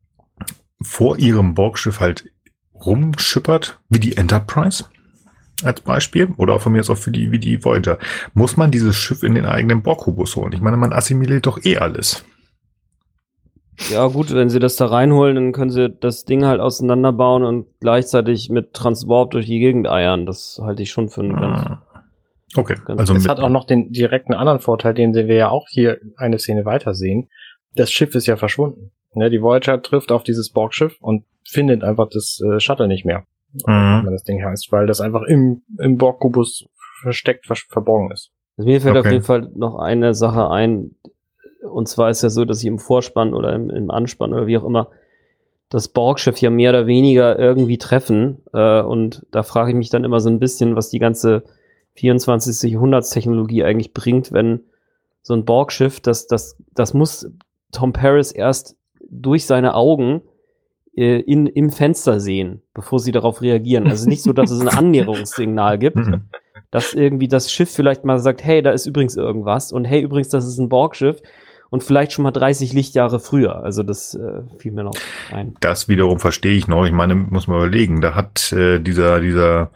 vor ihrem Borgschiff halt rumschippert, wie die Enterprise als Beispiel, oder auch von mir aus auch für die, wie die Voyager? Muss man dieses Schiff in den eigenen Borg-Kubus holen? Ich meine, man assimiliert doch eh alles. Ja gut, wenn sie das da reinholen, dann können sie das Ding halt auseinanderbauen und gleichzeitig mit Transwarp durch die Gegend eiern. Das halte ich schon für einen ganz... Ah. Okay. Ganz also es hat auch noch den direkten anderen Vorteil, den wir ja auch hier eine Szene weiter sehen. Das Schiff ist ja verschwunden. Ne, die Voyager trifft auf dieses Borgschiff und findet einfach das äh, Shuttle nicht mehr. Mhm. Wenn das Ding heißt, weil das einfach im, im Borg-Kubus versteckt, ver- verborgen ist. Also mir fällt okay. auf jeden Fall noch eine Sache ein. Und zwar ist ja so, dass ich im Vorspann oder im, im Anspann oder wie auch immer das Borgschiff ja mehr oder weniger irgendwie treffen. Äh, und da frage ich mich dann immer so ein bisschen, was die ganze vierundzwanzigsten Jahrhundertstechnologie eigentlich bringt, wenn so ein Borgschiff, das, das, das muss Tom Paris erst durch seine Augen äh, in, im Fenster sehen, bevor sie darauf reagieren. Also nicht so, dass es ein Annäherungssignal gibt, dass irgendwie das Schiff vielleicht mal sagt, hey, da ist übrigens irgendwas und hey, übrigens, das ist ein Borgschiff und vielleicht schon mal dreißig Lichtjahre früher. Also das äh, fiel mir noch ein. Das wiederum verstehe ich noch. Ich meine, muss man überlegen, da hat äh, dieser, dieser,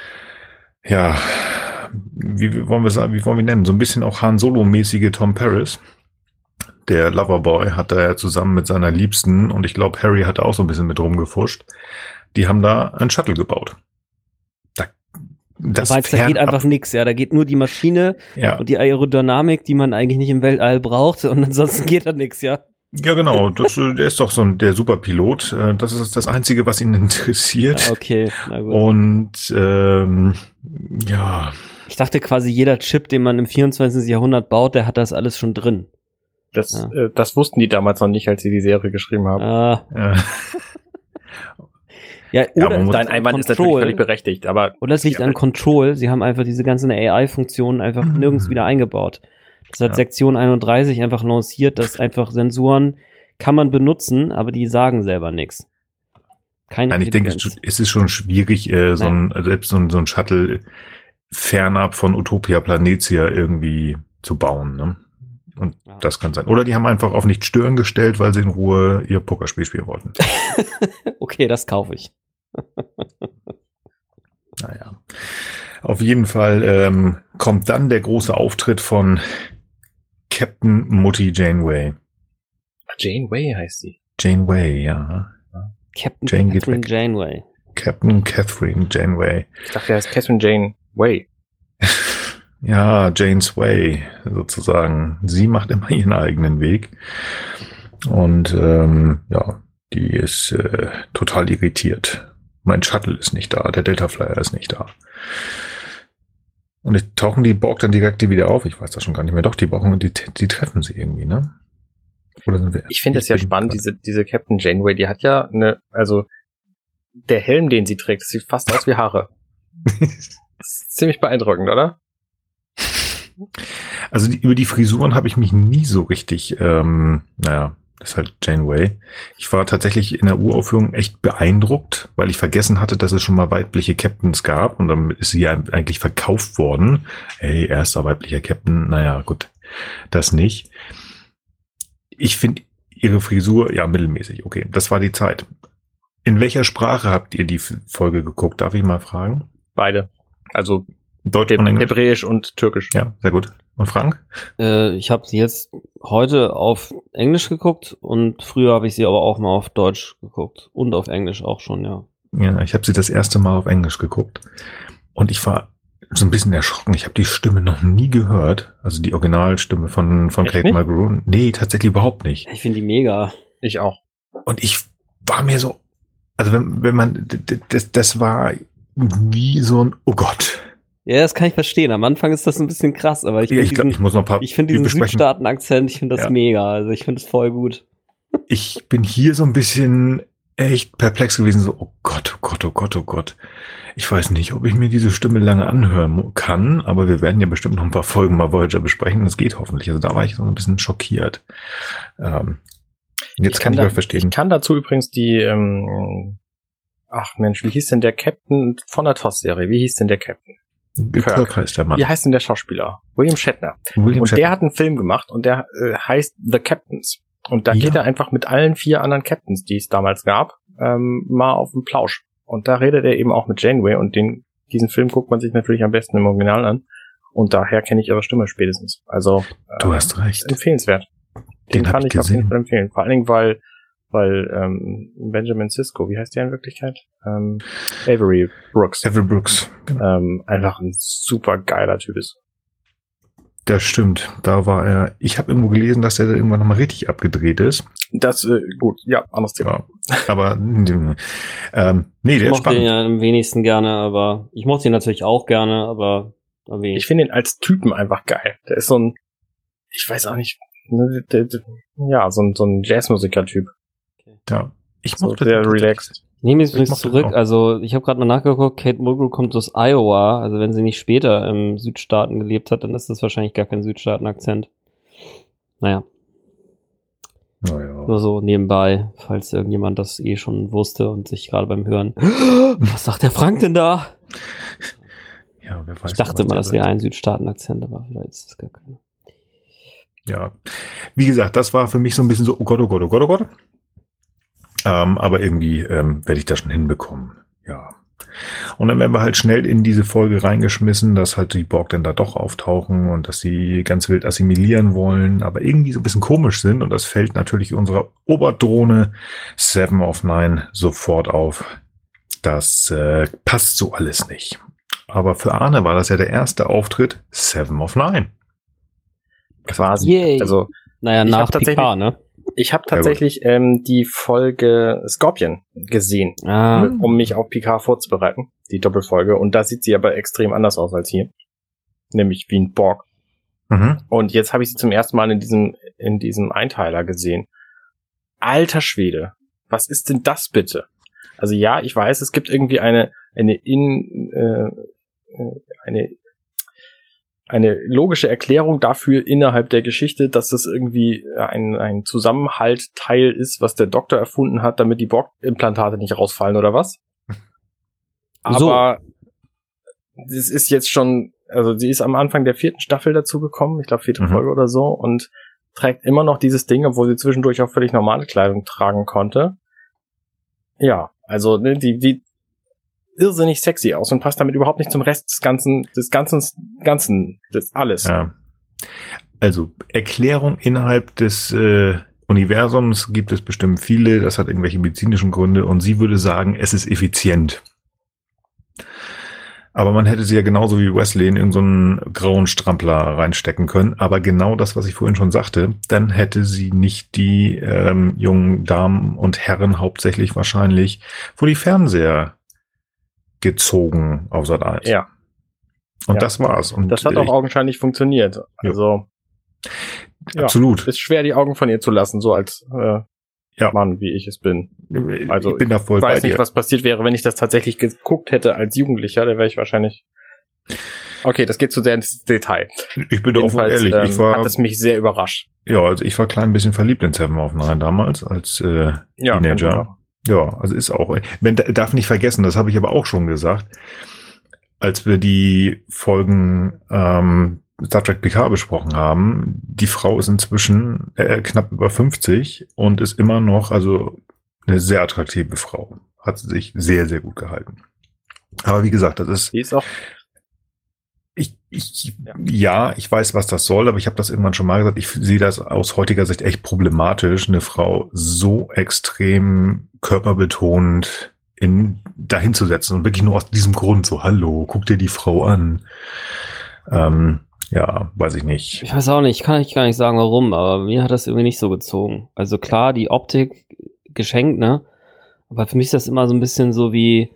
ja, wie, wie wollen wir sagen, wie wollen wir nennen, so ein bisschen auch Han Solo-mäßige Tom Paris. Der Loverboy hat da ja zusammen mit seiner Liebsten, und ich glaube, Harry hat auch so ein bisschen mit rumgefuscht, die haben da ein Shuttle gebaut. Da, das weißt, da geht einfach nichts, ja, da geht nur die Maschine ja. und die Aerodynamik, die man eigentlich nicht im Weltall braucht, und ansonsten geht da nichts, ja. Ja, genau, das, der ist doch so ein, der Superpilot. Das ist das Einzige, was ihn interessiert. Ja, okay, na gut. Und ähm, ja. Ich dachte quasi, jeder Chip, den man im vierundzwanzigsten Jahrhundert baut, der hat das alles schon drin. Das, ja. äh, das wussten die damals noch nicht, als sie die Serie geschrieben haben. Ah. Ja. Ja, oder ja, dein Einwand ist natürlich völlig berechtigt, aber. Oder es liegt ja, an Control. Sie haben einfach diese ganzen A I-Funktionen einfach mhm. nirgends wieder eingebaut. Das hat ja. Sektion einunddreißig einfach lanciert, dass einfach Sensoren kann man benutzen, aber die sagen selber nichts. Keine Nein, ich denke, es ist schon schwierig, äh, so ein, also selbst so ein, so ein Shuttle fernab von Utopia Planitia irgendwie zu bauen, ne? Und ja. das kann sein. Oder die haben einfach auf nicht stören gestellt, weil sie in Ruhe ihr Pokerspiel spielen wollten. Okay, das kaufe ich. Naja. Auf jeden Fall ähm, kommt dann der große Auftritt von Captain Mutti Janeway. Janeway heißt sie. Janeway, ja. Captain Jane Catherine Janeway. Captain Catherine Janeway. Ich dachte, er heißt Catherine Jane Way. Ja, Jane's Way, sozusagen. Sie macht immer ihren eigenen Weg. Und ähm, ja, die ist äh, total irritiert. Mein Shuttle ist nicht da, der Delta Flyer ist nicht da. Und tauchen die Borg dann direkt wieder auf? Ich weiß das schon gar nicht mehr. Doch, die brauchen, die, die treffen sie irgendwie, ne? Oder sind wir, ich finde es ja spannend, diese, diese Captain Janeway, die hat ja eine, also der Helm, den sie trägt, das sieht fast aus wie Haare. Das ist ziemlich beeindruckend, oder? Also die, über die Frisuren habe ich mich nie so richtig, ähm, naja, das ist halt Janeway. Ich war tatsächlich in der Uraufführung echt beeindruckt, weil ich vergessen hatte, dass es schon mal weibliche Captains gab und dann ist sie ja eigentlich verkauft worden. Hey, erster weiblicher Captain, naja, gut, das nicht. Ich finde ihre Frisur, ja, mittelmäßig. Okay, das war die Zeit. In welcher Sprache habt ihr die Folge geguckt? Darf ich mal fragen? Beide. Also Deutsch und Englisch? Hebräisch und Türkisch. Ja, sehr gut. Und Frank? Äh, ich habe sie jetzt heute auf Englisch geguckt und früher habe ich sie aber auch mal auf Deutsch geguckt. Und auf Englisch auch schon, ja. Ja, ich habe sie das erste Mal auf Englisch geguckt. Und ich war so ein bisschen erschrocken. Ich habe die Stimme noch nie gehört. Also die Originalstimme von, von Kate Mulgrew. Nee, tatsächlich überhaupt nicht. Ich finde die mega. Ich auch. Und ich war mir so, also wenn, wenn man, das, das war wie so ein, oh Gott. Ja, das kann ich verstehen. Am Anfang ist das ein bisschen krass, aber ich Ja, finde ich glaube, ich muss noch ein paar. ich finde diesen Südstaaten-Akzent, ich finde das Ja. mega. Also ich finde das voll gut. Ich bin hier so ein bisschen echt perplex gewesen, so, oh Gott, oh Gott, oh Gott, oh Gott. Ich weiß nicht, ob ich mir diese Stimme lange anhören kann, aber wir werden ja bestimmt noch ein paar Folgen mal Voyager besprechen. Das geht hoffentlich. Also da war ich so ein bisschen schockiert. Ähm, jetzt Ich kann ich da, mal verstehen. Ich kann dazu übrigens die, ähm, ach Mensch, wie hieß denn der Captain von der T O S-Serie? Wie hieß denn der Captain? Kirk, Kirk heißt der Mann. Wie heißt denn der Schauspieler? William Shatner. William Und Shatner. der hat einen Film gemacht und der äh, heißt The Captains. Und da Ja. geht er einfach mit allen vier anderen Captains, die es damals gab, ähm, mal auf den Plausch. Und da redet er eben auch mit Janeway und den, diesen Film guckt man sich natürlich am besten im Original an. Und daher kenne ich ihre Stimme spätestens. Also äh, Du hast recht. empfehlenswert. Den, Den hab kann ich ich auf jeden gesehen. Fall empfehlen. Vor allen Dingen, weil weil ähm, Benjamin Sisko, wie heißt der in Wirklichkeit? Ähm, Avery Brooks. Avery Brooks. Ähm, einfach ein super geiler Typ ist. Das stimmt. Da war er. Ich habe irgendwo gelesen, dass er da irgendwann nochmal richtig abgedreht ist. Das, äh, gut, ja, anderes Thema. Ja. Aber ähm, nee, Ich der ist mochte ihn spannend. ja am wenigsten gerne, aber ich mochte ihn natürlich auch gerne, aber am Ich wenigsten. finde ihn als Typen einfach geil. Der ist so ein, ich weiß auch nicht, ne, der, der, ja, so ein, so ein Jazzmusiker-Typ. Ja. Ich So mochte sehr den relaxed. Ich nehme es Ich übrigens mochte ihn zurück. auch. Also ich habe gerade mal nachgeguckt, Kate Mulgrew kommt aus Iowa. Also wenn sie nicht später im Südstaaten gelebt hat, dann ist das wahrscheinlich gar kein Südstaaten-Akzent. Naja, Naja. nur so nebenbei, falls irgendjemand das eh schon wusste und sich gerade beim Hören, was sagt der Frank denn da? Ja, wer weiß, Ich dachte was mal, der das wäre sagt. ein Südstaaten-Akzent, aber vielleicht ist das gar keiner. Ja. Wie gesagt, das war für mich so ein bisschen so, oh Gott, oh Gott, oh Gott, oh Gott. Ähm, aber irgendwie ähm, werde ich das schon hinbekommen. Ja. Und dann werden wir halt schnell in diese Folge reingeschmissen, dass halt die Borg dann da doch auftauchen und dass sie ganz wild assimilieren wollen, aber irgendwie so ein bisschen komisch sind. Und das fällt natürlich unserer Oberdrohne Seven of Nine sofort auf. Das äh, passt so alles nicht. Aber für Arne war das ja der erste Auftritt Seven of Nine. Quasi. Yay. Also, Naja, Ich nach hab tatsächlich- Picard, ne? ich habe tatsächlich ähm, die Folge Scorpion gesehen, Ah, um mich auf Picard vorzubereiten, die Doppelfolge. Und da sieht sie aber extrem anders aus als hier. Nämlich wie ein Borg. Mhm. Und jetzt habe ich sie zum ersten Mal in diesem, in diesem Einteiler gesehen. Alter Schwede. Was ist denn das bitte? Also ja, ich weiß, es gibt irgendwie eine, eine in, äh, eine, eine logische Erklärung dafür innerhalb der Geschichte, dass das irgendwie ein, ein Zusammenhaltteil ist, was der Doktor erfunden hat, damit die Borg-Implantate nicht rausfallen oder was? So. Aber das ist jetzt schon, also sie ist am Anfang der vierten Staffel dazu gekommen, ich glaube vierte Mhm. Folge oder so, und trägt immer noch dieses Ding, obwohl sie zwischendurch auch völlig normale Kleidung tragen konnte. Ja, also ne, die, die irrsinnig sexy aus und passt damit überhaupt nicht zum Rest des ganzen, des ganzen, ganzen, des alles. Ja. Also Erklärung innerhalb des äh, Universums gibt es bestimmt viele. Das hat irgendwelche medizinischen Gründe und sie würde sagen, es ist effizient. Aber man hätte sie ja genauso wie Wesley in irgendeinen so grauen Strampler reinstecken können. Aber genau das, was ich vorhin schon sagte, dann hätte sie nicht die ähm, jungen Damen und Herren hauptsächlich wahrscheinlich vor die Fernseher gezogen auf Sat eins. Ja. Und Ja. das war's. Und Das hat äh, auch augenscheinlich funktioniert. Also, ja, absolut. ist schwer, die Augen von ihr zu lassen, so als äh, Ja. Mann, wie ich es bin. Also, ich bin da voll Ich weiß bei nicht, dir. was passiert wäre, wenn ich das tatsächlich geguckt hätte als Jugendlicher, da wäre ich wahrscheinlich... Okay, das geht zu sehr ins Detail. Ich bin da offen Jedenfalls ehrlich. ähm, ich war, hat es mich sehr überrascht. ja, also ich war klein bisschen verliebt in Seven of Nine damals als äh, Ja, Teenager. Ja, also ist auch. Man darf nicht vergessen, das habe ich aber auch schon gesagt, als wir die Folgen ähm, Star Trek Picard besprochen haben. Die Frau ist inzwischen äh, knapp über fünfzig und ist immer noch, also eine sehr attraktive Frau. Hat sie sich sehr, sehr gut gehalten. Aber wie gesagt, das ist, Die ist auch... ich, ich, Ja. ja, ich weiß, was das soll, aber ich habe das irgendwann schon mal gesagt. Ich sehe das aus heutiger Sicht echt problematisch, eine Frau so extrem körperbetont in dahin zu setzen und wirklich nur aus diesem Grund so, hallo, guck dir die Frau an. Ähm, ja, weiß ich nicht. Ich weiß auch nicht, kann ich gar nicht sagen, warum, aber mir hat das irgendwie nicht so gezogen. Also klar, die Optik geschenkt, ne? Aber für mich ist das immer so ein bisschen so wie,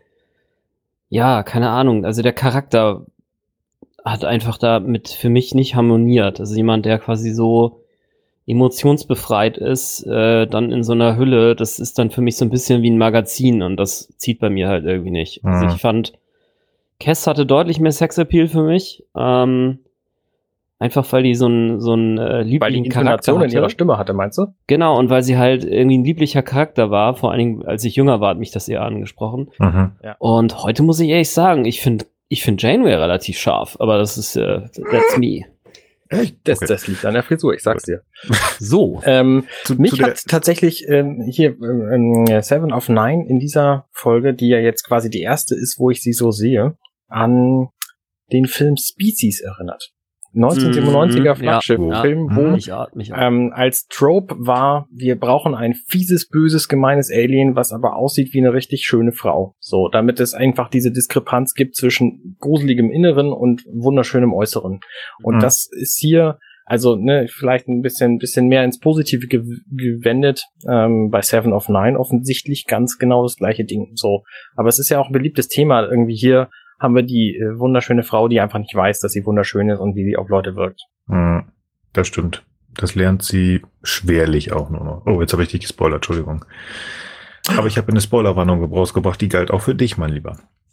ja, keine Ahnung, also der Charakter hat einfach damit für mich nicht harmoniert. Also jemand, der quasi so emotionsbefreit ist, äh, dann in so einer Hülle, das ist dann für mich so ein bisschen wie ein Magazin und das zieht bei mir halt irgendwie nicht. Also Mhm. ich fand, Cass hatte deutlich mehr Sexappeal für mich, ähm, einfach weil die so ein so ein äh, Weil die lieblichen Charakter Intonation in hatte. ihrer Stimme hatte, meinst du? Genau, und weil sie halt irgendwie ein lieblicher Charakter war, vor allen Dingen, als ich jünger war, hat mich das eher angesprochen. Mhm. Und heute muss ich ehrlich sagen, ich finde ich finde Janeway relativ scharf, aber das ist, äh, that's me. Echt? Das, Okay. das liegt an der Frisur, ich sag's dir. So. Ähm, Zu, mich zu der, hat tatsächlich ähm, hier ähm, Seven of Nine in dieser Folge, die ja jetzt quasi die erste ist, wo ich sie so sehe, an den Film Species erinnert. neunzehnhundertsiebenundneunziger Mhm, ja, Flaggschiff-Film, ja. wo Mhm. Mich auch, mich auch. ähm, als Trope war, wir brauchen ein fieses, böses, gemeines Alien, was aber aussieht wie eine richtig schöne Frau. So, damit es einfach diese Diskrepanz gibt zwischen gruseligem Inneren und wunderschönem Äußeren. Und Mhm. das ist hier, also ne, vielleicht ein bisschen, bisschen mehr ins Positive gew- gewendet, ähm, bei Seven of Nine offensichtlich ganz genau das gleiche Ding. So, aber es ist ja auch ein beliebtes Thema. Irgendwie hier haben wir die äh, wunderschöne Frau, die einfach nicht weiß, dass sie wunderschön ist und wie sie auf Leute wirkt. Mhm. Das stimmt. Das lernt sie schwerlich auch nur noch. Oh, jetzt habe ich dich gespoilert, Entschuldigung. Aber ich habe eine Spoilerwarnung rausgebracht, die galt auch für dich, mein Lieber.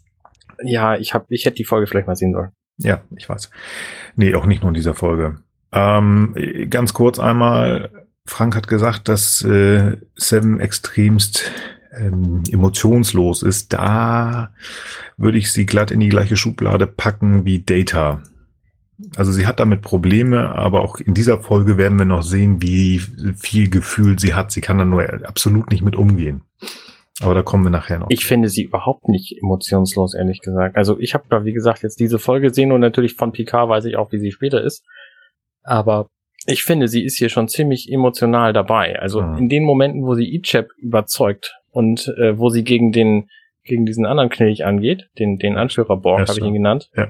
Ja, ich hab, ich hätte die Folge vielleicht mal sehen sollen. Ja, ich weiß. Nee, auch nicht nur in dieser Folge. Ähm, ganz kurz einmal, Frank hat gesagt, dass äh, Seven extremst ähm, emotionslos ist. Da würde ich sie glatt in die gleiche Schublade packen wie Data. Also sie hat damit Probleme, aber auch in dieser Folge werden wir noch sehen, wie viel Gefühl sie hat. Sie kann da nur absolut nicht mit umgehen. Aber da kommen wir nachher noch. Ich finde sie überhaupt nicht emotionslos, ehrlich gesagt. Also ich habe da, wie gesagt, jetzt diese Folge gesehen und natürlich von Picard weiß ich auch, wie sie später ist. Aber ich finde, sie ist hier schon ziemlich emotional dabei. Also Mhm. in den Momenten, wo sie Icheb überzeugt und äh, wo sie gegen den gegen diesen anderen Knilch angeht, den den Anführer Borg, Ja, habe ich so. ihn genannt. Ja.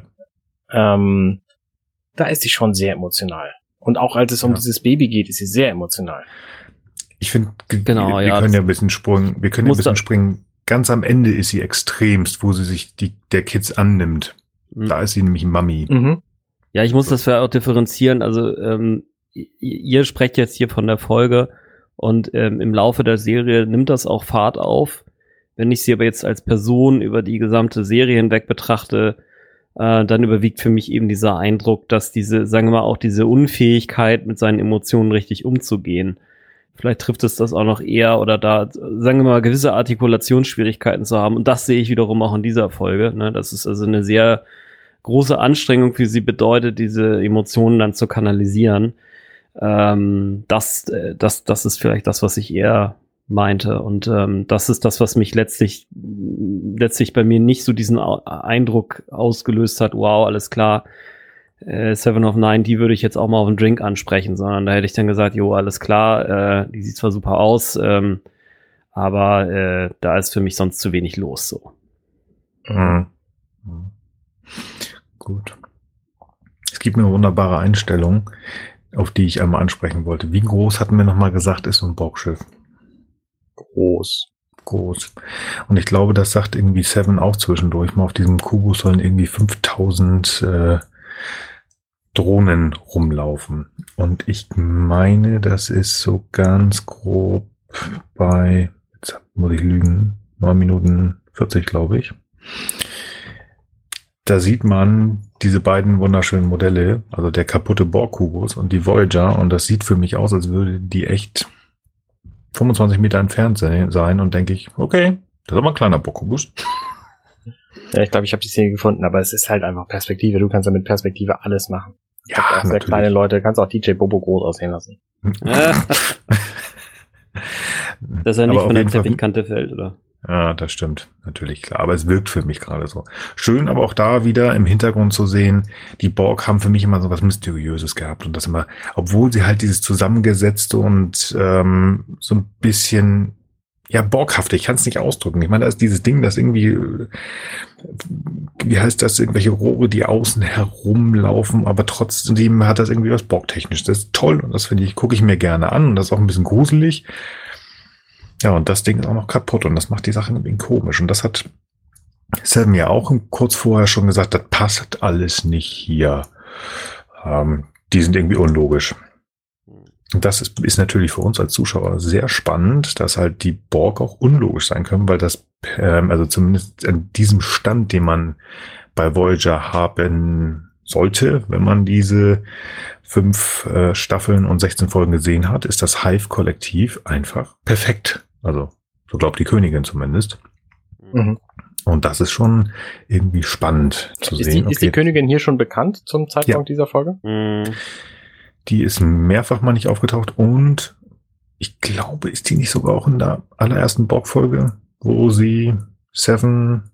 Ähm, da ist sie schon sehr emotional. Und auch als es um Ja. dieses Baby geht, ist sie sehr emotional. Ich finde, Genau, wir ja, können das- ja ein bisschen springen. Wir können ja ein Muss bisschen da- springen. Ganz am Ende ist sie extremst, wo sie sich die, der Kids annimmt. Mhm. Da ist sie nämlich Mami. Mhm. Ja, ich muss das ja auch differenzieren. Also ähm, i- ihr sprecht jetzt hier von der Folge und ähm, im Laufe der Serie nimmt das auch Fahrt auf. Wenn ich sie aber jetzt als Person über die gesamte Serie hinweg betrachte, äh, dann überwiegt für mich eben dieser Eindruck, dass diese, sagen wir mal, auch diese Unfähigkeit, mit seinen Emotionen richtig umzugehen. Vielleicht trifft es das auch noch eher oder da, sagen wir mal, gewisse Artikulationsschwierigkeiten zu haben. Und das sehe ich wiederum auch in dieser Folge. Ne? Das ist also eine sehr große Anstrengung für sie bedeutet, diese Emotionen dann zu kanalisieren. Ähm, das, äh, das, das ist vielleicht das, was ich eher meinte. Und ähm, das ist das, was mich letztlich, letztlich bei mir nicht so diesen Au- Eindruck ausgelöst hat, wow, alles klar, äh, Seven of Nine, die würde ich jetzt auch mal auf einen Drink ansprechen, sondern da hätte ich dann gesagt, jo, alles klar, äh, die sieht zwar super aus, ähm, aber äh, da ist für mich sonst zu wenig los, so. Mhm. Mhm. Gut. Es gibt eine wunderbare Einstellung, auf die ich einmal ansprechen wollte. Wie groß hatten wir nochmal gesagt, ist so ein Borgschiff? Groß. groß. Und ich glaube, das sagt irgendwie Seven auch zwischendurch. Mal auf diesem Kubus sollen irgendwie fünftausend äh, Drohnen rumlaufen. Und ich meine, das ist so ganz grob bei, jetzt muss ich lügen, neun Minuten vierzig, glaube ich. Da sieht man diese beiden wunderschönen Modelle, also der kaputte Borg-Kubus und die Voyager, und das sieht für mich aus, als würde die echt fünfundzwanzig Meter entfernt sein, und denke ich, okay, das ist aber ein kleiner Borg-Kubus. Ja, ich glaube, ich habe die Szene gefunden, aber es ist halt einfach Perspektive. Du kannst ja mit Perspektive alles machen. Ja, auch sehr kleine Leute, kannst auch D J Bobo groß aussehen lassen. Dass er nicht von der Teppichkante fällt, oder? Ja, das stimmt, natürlich, klar. Aber es wirkt für mich gerade so. Schön, aber auch da wieder im Hintergrund zu sehen, die Borg haben für mich immer so was Mysteriöses gehabt. Und das immer, obwohl sie halt dieses Zusammengesetzte und ähm, so ein bisschen, ja, borghafte, ich kann es nicht ausdrücken. Ich meine, da ist dieses Ding, das irgendwie, wie heißt das, irgendwelche Rohre, die außen herumlaufen, aber trotzdem hat das irgendwie was Borgtechnisches. Das ist toll, und das finde ich, gucke ich mir gerne an, und das ist auch ein bisschen gruselig. Ja, und das Ding ist auch noch kaputt, und das macht die Sache ein bisschen komisch. Und das hat Seven ja auch kurz vorher schon gesagt, das passt alles nicht hier. Ähm, die sind irgendwie unlogisch. Und das ist, ist natürlich für uns als Zuschauer sehr spannend, dass halt die Borg auch unlogisch sein können, weil das, ähm, also zumindest an diesem Stand, den man bei Voyager haben sollte, wenn man diese fünf äh, Staffeln und sechzehn Folgen gesehen hat, ist das Hive-Kollektiv einfach perfekt. Also, so glaubt die Königin zumindest. Mhm. Und das ist schon irgendwie spannend zu ist sehen. Die, okay. Ist die Königin hier schon bekannt zum Zeitpunkt ja. dieser Folge? Mhm. Die ist mehrfach mal nicht aufgetaucht, und ich glaube, ist die nicht sogar auch in der allerersten Borg-Folge, wo sie Seven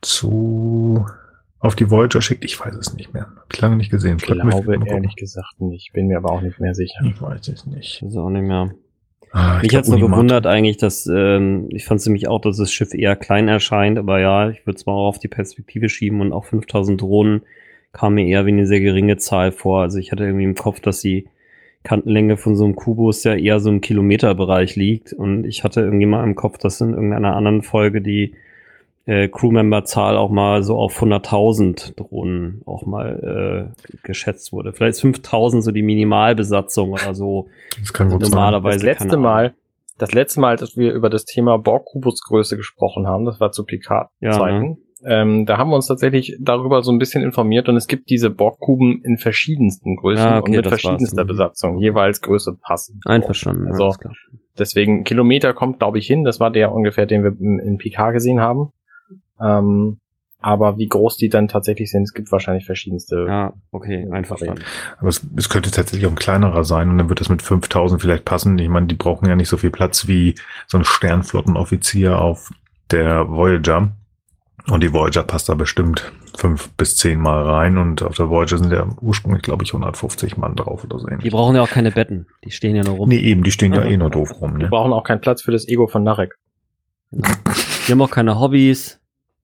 zu auf die Voyager schickt? Ich weiß es nicht mehr. Hab ich lange nicht gesehen. Ich glaube ehrlich gesagt nicht. Bin mir aber auch nicht mehr sicher. Ich weiß es nicht. Das ist auch nicht mehr. Ah, Mich hat es so gewundert eigentlich, dass ähm, ich fand es nämlich auch, dass das Schiff eher klein erscheint, aber ja, ich würde es mal auch auf die Perspektive schieben, und auch fünftausend Drohnen kam mir eher wie eine sehr geringe Zahl vor. Also ich hatte irgendwie im Kopf, dass die Kantenlänge von so einem Kubus ja eher so im Kilometerbereich liegt, und ich hatte irgendwie mal im Kopf, dass in irgendeiner anderen Folge die äh, Crewmember-Zahl auch mal so auf hunderttausend Drohnen auch mal äh, geschätzt wurde. Vielleicht ist fünftausend so die Minimalbesatzung oder so. Das kann gut normalerweise sein. Das letzte Mal, das letzte Mal, dass wir über das Thema Borg-Kubusgröße gesprochen haben, das war zu Picard-Zeiten. Ja, ne? Ähm, da haben wir uns tatsächlich darüber so ein bisschen informiert, und es gibt diese Borg-Kuben in verschiedensten Größen ja, okay, und mit verschiedenster war's. Besatzung, jeweils Größe passen. Einverstanden. Also, ja, deswegen Kilometer kommt, glaube ich, hin. Das war der ungefähr, den wir in, in Picard gesehen haben. Ähm, aber wie groß die dann tatsächlich sind, es gibt wahrscheinlich verschiedenste. Ja, okay, einverstanden. Aber es, es könnte tatsächlich auch ein kleinerer sein, und dann wird das mit fünftausend vielleicht passen. Ich meine, die brauchen ja nicht so viel Platz wie so ein Sternflottenoffizier auf der Voyager. Und die Voyager passt da bestimmt fünf bis zehn Mal rein, und auf der Voyager sind ja ursprünglich, glaube ich, hundertfünfzig Mann drauf oder so ähnlich. Die brauchen ja auch keine Betten, die stehen ja nur rum. Nee, eben, die stehen ja, ja eh nur doof rum. Ne? Die brauchen auch keinen Platz für das Ego von Narek. Genau. Die haben auch keine Hobbys.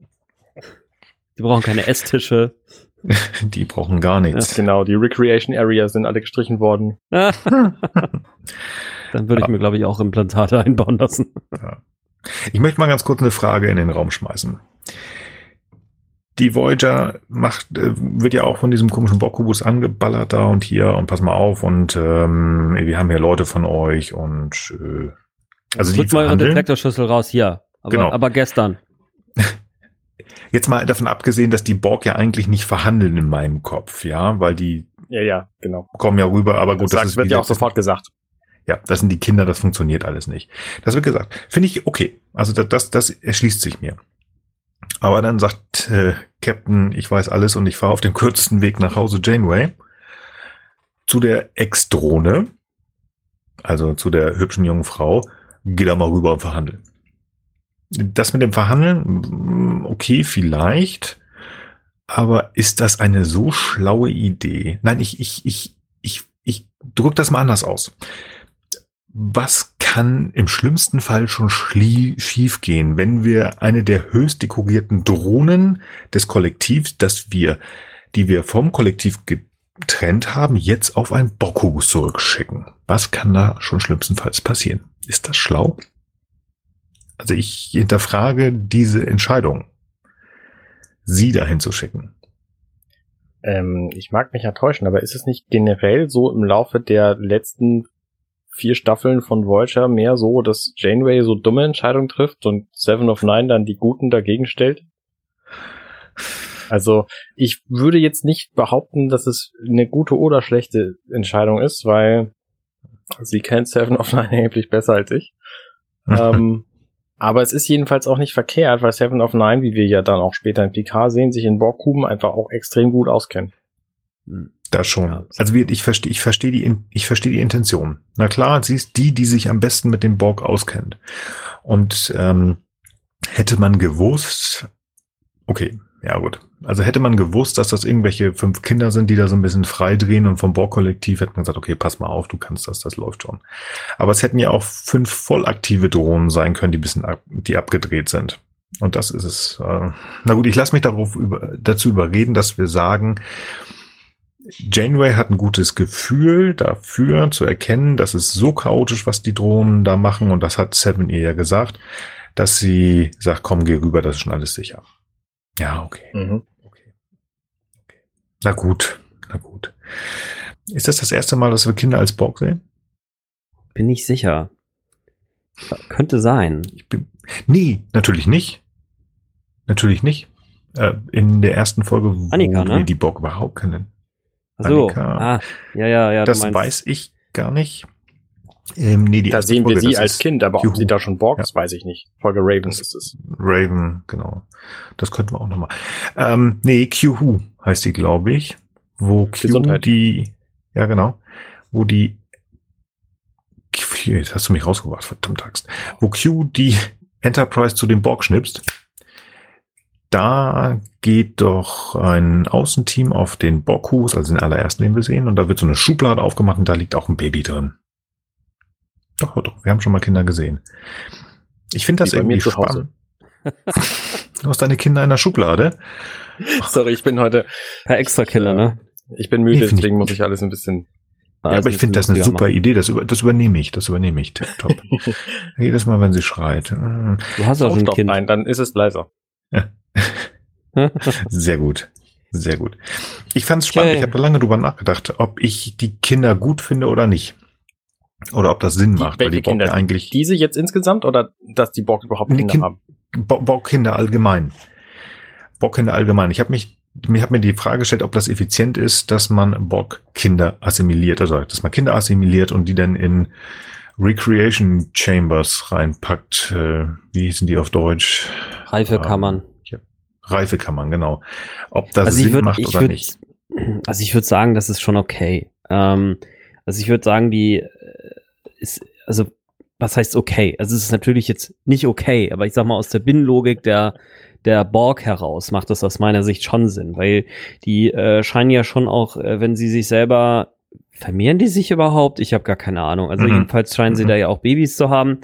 Die brauchen keine Esstische. Die brauchen gar nichts. Ja, genau, die Recreation Areas sind alle gestrichen worden. Dann würde ich mir, glaube ich, auch Implantate einbauen lassen. Ja. Ich möchte mal ganz kurz eine Frage in den Raum schmeißen. Die Voyager macht, wird ja auch von diesem komischen Borg-Kubus angeballert da und hier, und pass mal auf, und ähm, wir haben hier Leute von euch, und äh, also die Drück mal ihre Detektorschlüssel raus hier. Aber, genau. aber gestern. Jetzt mal davon abgesehen, dass die Borg ja eigentlich nicht verhandeln in meinem Kopf, ja, weil die ja, ja, genau. kommen ja rüber, aber gut, das, das ist, wird ja auch sofort gesagt. Ja, das sind die Kinder, das funktioniert alles nicht. Das wird gesagt. Finde ich okay. Also das, das, das erschließt sich mir. Aber dann sagt äh, Captain, ich weiß alles und ich fahre auf dem kürzesten Weg nach Hause, Janeway, zu der Ex-Drohne, also zu der hübschen jungen Frau, geh da mal rüber und verhandeln. Das mit dem Verhandeln, okay, vielleicht, aber ist das eine so schlaue Idee? Nein, ich, ich, ich, ich, ich drücke das mal anders aus. Was kann im schlimmsten Fall schon schlie- schief gehen, wenn wir eine der höchst dekorierten Drohnen des Kollektivs, das wir, die wir vom Kollektiv getrennt haben, jetzt auf ein Borg-Kubus zurückschicken? Was kann da schon schlimmstenfalls passieren? Ist das schlau? Also ich hinterfrage diese Entscheidung, sie dahin zu schicken. Ähm, ich mag mich ja täuschen, aber ist es nicht generell so im Laufe der letzten vier Staffeln von Voyager mehr so, dass Janeway so dumme Entscheidungen trifft und Seven of Nine dann die Guten dagegen stellt? Also ich würde jetzt nicht behaupten, dass es eine gute oder schlechte Entscheidung ist, weil sie kennt Seven of Nine erheblich besser als ich. ähm, aber es ist jedenfalls auch nicht verkehrt, weil Seven of Nine, wie wir ja dann auch später in Picard sehen, sich in Borg-Kuben einfach auch extrem gut auskennen. Das schon. Also ich verstehe, ich verstehe die, ich verstehe die Intention. Na klar, sie ist die, die sich am besten mit dem Borg auskennt. Und ähm, hätte man gewusst, okay, ja gut. Also hätte man gewusst, dass das irgendwelche fünf Kinder sind, die da so ein bisschen frei drehen und vom Borg-Kollektiv hätte man gesagt, okay, pass mal auf, du kannst das, das läuft schon. Aber es hätten ja auch fünf vollaktive Drohnen sein können, die bisschen ab, die abgedreht sind. Und das ist es. Äh, na gut, ich lasse mich darauf über, dazu überreden, dass wir sagen, Janeway hat ein gutes Gefühl dafür zu erkennen, dass es so chaotisch, was die Drohnen da machen, und das hat Seven ihr ja gesagt, dass sie sagt, komm, geh rüber, das ist schon alles sicher. Ja, okay. Mhm. okay. okay. Na gut, na gut. Ist das das erste Mal, dass wir Kinder als Borg sehen? Bin ich sicher. Könnte sein. Ich bin, nee, natürlich nicht. Natürlich nicht. Äh, in der ersten Folge, wo Annika, wir ne? die Borg überhaupt kennen. Ach so, ah, ja, ja, ja. Das weiß ich gar nicht. Ähm, nee, die da sehen Folge, wir sie als Kind, aber ob sie da schon Borg ist, ja. weiß ich nicht. Folge Raven das ist es. Raven, genau. Das könnten wir auch nochmal. Ähm, nee, Q-Who heißt die, glaube ich. Wo Q Gesundheit. die, ja genau, wo die, jetzt hast du mich rausgebracht, verdammt Axt. Wo Q die Enterprise zu dem Borg schnipst. Da geht doch ein Außenteam auf den Borg-Hus, also den allerersten, den wir sehen, und da wird so eine Schublade aufgemacht und da liegt auch ein Baby drin. Doch, doch, wir haben schon mal Kinder gesehen. Ich finde das Wie bei irgendwie mir zu spannend. Du hast deine Kinder in der Schublade. Sorry, ich bin heute per Extra-Killer, ne? Ich bin müde, Nee, find deswegen ich- muss ich alles ein bisschen. Ja, Also aber ich finde das eine super Idee. Das, über, das übernehme ich. Das übernehme ich. Top. Jedes Mal, wenn sie schreit. Mm, Du hast auch schon ein Sauerstoff Kind. ein, dann ist es leiser. Sehr gut. Sehr gut. Ich fand es spannend. Okay. Ich habe da lange drüber nachgedacht, ob ich die Kinder gut finde oder nicht. Oder ob das Sinn Die- macht. Weil welche die Borg Kinder? ja eigentlich Diese jetzt insgesamt oder dass die Borg überhaupt Nee, Kinder Kind- haben? Bo- Borgkinder allgemein. Borgkinder allgemein. Ich habe mich, mir habe mir die Frage gestellt, ob das effizient ist, dass man Borgkinder assimiliert, also dass man Kinder assimiliert und die dann in Recreation Chambers reinpackt. Äh, wie hießen die auf Deutsch? Reifekammern. Ja, Reifekammern, genau. Ob das Also ich Sinn würd- macht ich oder würd- nicht. Also ich würde sagen, das ist schon okay. Ähm, also ich würde sagen, die äh, ist, also was heißt okay? Also es ist natürlich jetzt nicht okay, aber ich sag mal aus der Binnenlogik der der Borg heraus macht das aus meiner Sicht schon Sinn, weil die äh, scheinen ja schon auch, äh, wenn sie sich selber vermehren die sich überhaupt? Ich habe gar keine Ahnung. Also Mhm. jedenfalls scheinen sie Mhm. da ja auch Babys zu haben.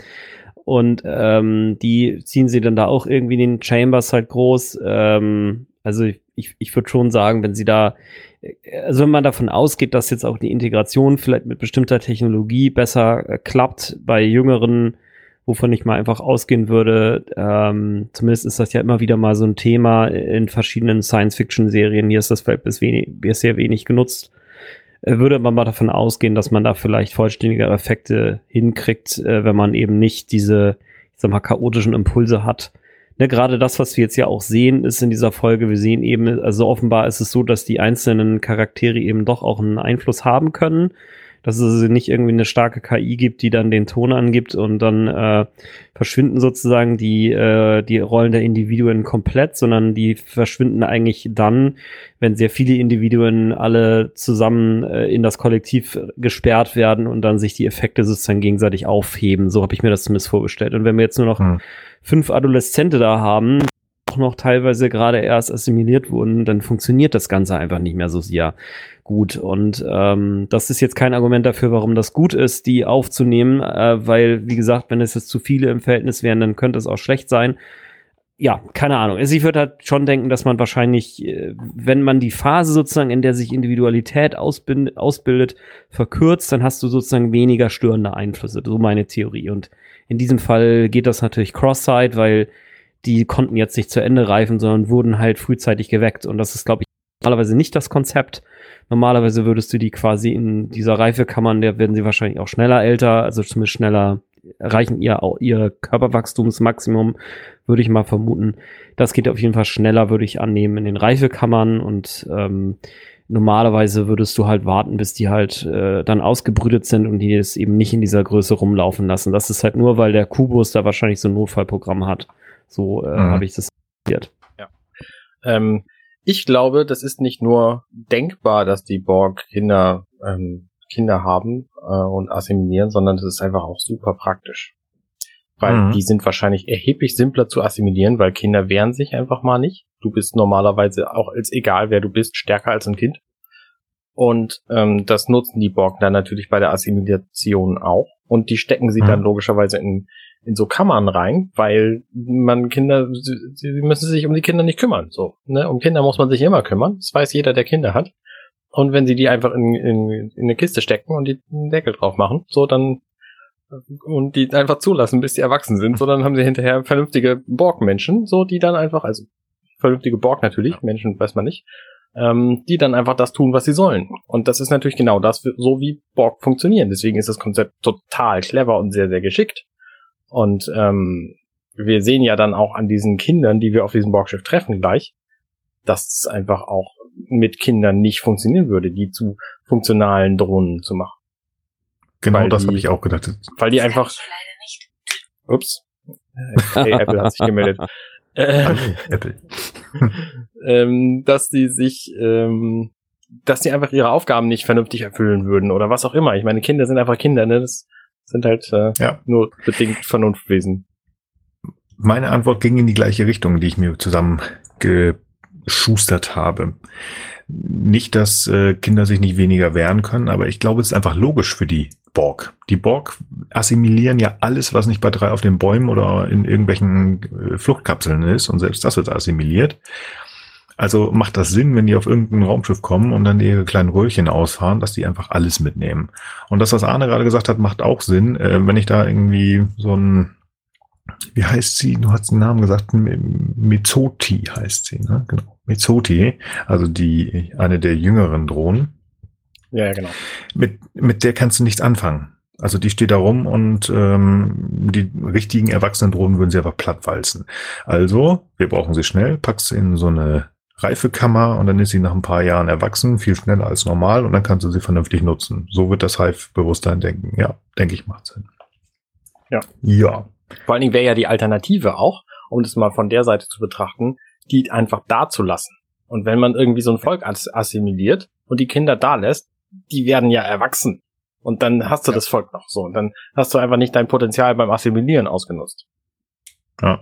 Und ähm, die ziehen sie dann da auch irgendwie in den Chambers halt groß. Ähm, also ich, ich würde schon sagen, wenn sie da, also wenn man davon ausgeht, dass jetzt auch die Integration vielleicht mit bestimmter Technologie besser äh, klappt bei Jüngeren, wovon ich mal einfach ausgehen würde, ähm, zumindest ist das ja immer wieder mal so ein Thema in verschiedenen Science-Fiction-Serien. Hier ist das vielleicht bis wenig, sehr wenig genutzt. Äh, würde man mal davon ausgehen, dass man da vielleicht vollständige Effekte hinkriegt, äh, wenn man eben nicht diese, ich sag mal, chaotischen Impulse hat. Ne, gerade das, was wir jetzt ja auch sehen, ist in dieser Folge, wir sehen eben, also offenbar ist es so, dass die einzelnen Charaktere eben doch auch einen Einfluss haben können, dass es nicht irgendwie eine starke K I gibt, die dann den Ton angibt und dann äh, verschwinden sozusagen die, äh, die Rollen der Individuen komplett, sondern die verschwinden eigentlich dann, wenn sehr viele Individuen alle zusammen äh, in das Kollektiv gesperrt werden und dann sich die Effekte sozusagen gegenseitig aufheben. So habe ich mir das zumindest vorgestellt. Und wenn wir jetzt nur noch Hm. fünf Adoleszente da haben, auch noch teilweise gerade erst assimiliert wurden, dann funktioniert das Ganze einfach nicht mehr so sehr gut. Und ähm, das ist jetzt kein Argument dafür, warum das gut ist, die aufzunehmen, äh, weil, wie gesagt, wenn es jetzt zu viele im Verhältnis wären, dann könnte es auch schlecht sein. ja, keine Ahnung. Also ich würde halt schon denken, dass man wahrscheinlich, wenn man die Phase sozusagen, in der sich Individualität ausbind, ausbildet, verkürzt, dann hast du sozusagen weniger störende Einflüsse. So meine Theorie. Und in diesem Fall geht das natürlich cross-site, weil die konnten jetzt nicht zu Ende reifen, sondern wurden halt frühzeitig geweckt. Und das ist, glaube ich, normalerweise nicht das Konzept. Normalerweise würdest du die quasi in dieser Reifekammer, in der werden sie wahrscheinlich auch schneller älter, also zumindest schneller erreichen ihr auch ihr Körperwachstumsmaximum, würde ich mal vermuten. Das geht auf jeden Fall schneller, würde ich annehmen, in den Reifekammern und ähm, normalerweise würdest du halt warten, bis die halt äh, dann ausgebrütet sind und die es eben nicht in dieser Größe rumlaufen lassen. Das ist halt nur, weil der Kubus da wahrscheinlich so ein Notfallprogramm hat. So äh, mhm. habe ich das interpretiert. Ja. Ähm, ich glaube, das ist nicht nur denkbar, dass die Borg Kinder ähm, Kinder haben äh, und assimilieren, sondern das ist einfach auch super praktisch. Weil mhm. die sind wahrscheinlich erheblich simpler zu assimilieren, weil Kinder wehren sich einfach mal nicht. Du bist normalerweise auch als egal wer du bist, stärker als ein Kind. Und ähm, das nutzen die Borg dann natürlich bei der Assimilation auch. Und die stecken sie mhm. dann logischerweise in in so Kammern rein, weil man Kinder, sie, sie müssen sich um die Kinder nicht kümmern. So, ne? Um Kinder muss man sich immer kümmern. Das weiß jeder, der Kinder hat. Und wenn sie die einfach in, in, in eine Kiste stecken und die einen Deckel drauf machen, so dann und die einfach zulassen, bis sie erwachsen sind, so dann haben sie hinterher vernünftige Borg-Menschen, so die dann einfach, also vernünftige Borg natürlich, Menschen weiß man nicht, ähm, die dann einfach das tun, was sie sollen. Und das ist natürlich genau das, so wie Borg funktionieren. Deswegen ist das Konzept total clever und sehr, sehr geschickt. Und ähm, wir sehen ja dann auch an diesen Kindern, die wir auf diesem Borgschiff treffen gleich, dass es einfach auch mit Kindern nicht funktionieren würde, die zu funktionalen Drohnen zu machen. Genau, weil das die, habe ich auch gedacht. Weil die einfach... Ups. Hey, Apple hat sich gemeldet. Äh, Apple. ähm, dass die sich... Ähm, dass die einfach ihre Aufgaben nicht vernünftig erfüllen würden oder was auch immer. Ich meine, Kinder sind einfach Kinder, ne? Das sind halt äh, ja. nur bedingt Vernunftwesen. Meine Antwort ging in die gleiche Richtung, die ich mir zusammen geschustert habe. Nicht, dass äh, Kinder sich nicht weniger wehren können, aber ich glaube, es ist einfach logisch für die Borg. Die Borg assimilieren ja alles, was nicht bei drei auf den Bäumen oder in irgendwelchen äh, Fluchtkapseln ist, und selbst das wird assimiliert. Also macht das Sinn, wenn die auf irgendein Raumschiff kommen und dann ihre kleinen Röhrchen ausfahren, dass die einfach alles mitnehmen. Und das, was Arne gerade gesagt hat, macht auch Sinn. Äh, wenn ich da irgendwie so ein, wie heißt sie? Du hast den Namen gesagt, Mezoti heißt sie, ne? Genau. Mezoti, also die, eine der jüngeren Drohnen. Ja, ja, genau. Mit, mit der kannst du nichts anfangen. Also die steht da rum und ähm, die richtigen erwachsenen Drohnen würden sie einfach plattwalzen. Also, wir brauchen sie schnell, packst sie in so eine Reifekammer und dann ist sie nach ein paar Jahren erwachsen, viel schneller als normal, und dann kannst du sie vernünftig nutzen. So wird das Hive-Bewusstsein denken. Ja, denke ich, macht Sinn. Ja. Ja. Vor allen Dingen wäre ja die Alternative auch, um das mal von der Seite zu betrachten, die einfach da zu lassen. Und wenn man irgendwie so ein Volk assimiliert und die Kinder da lässt, die werden ja erwachsen. Und dann hast du ja. das Volk noch so. Und dann hast du einfach nicht dein Potenzial beim Assimilieren ausgenutzt. Ja,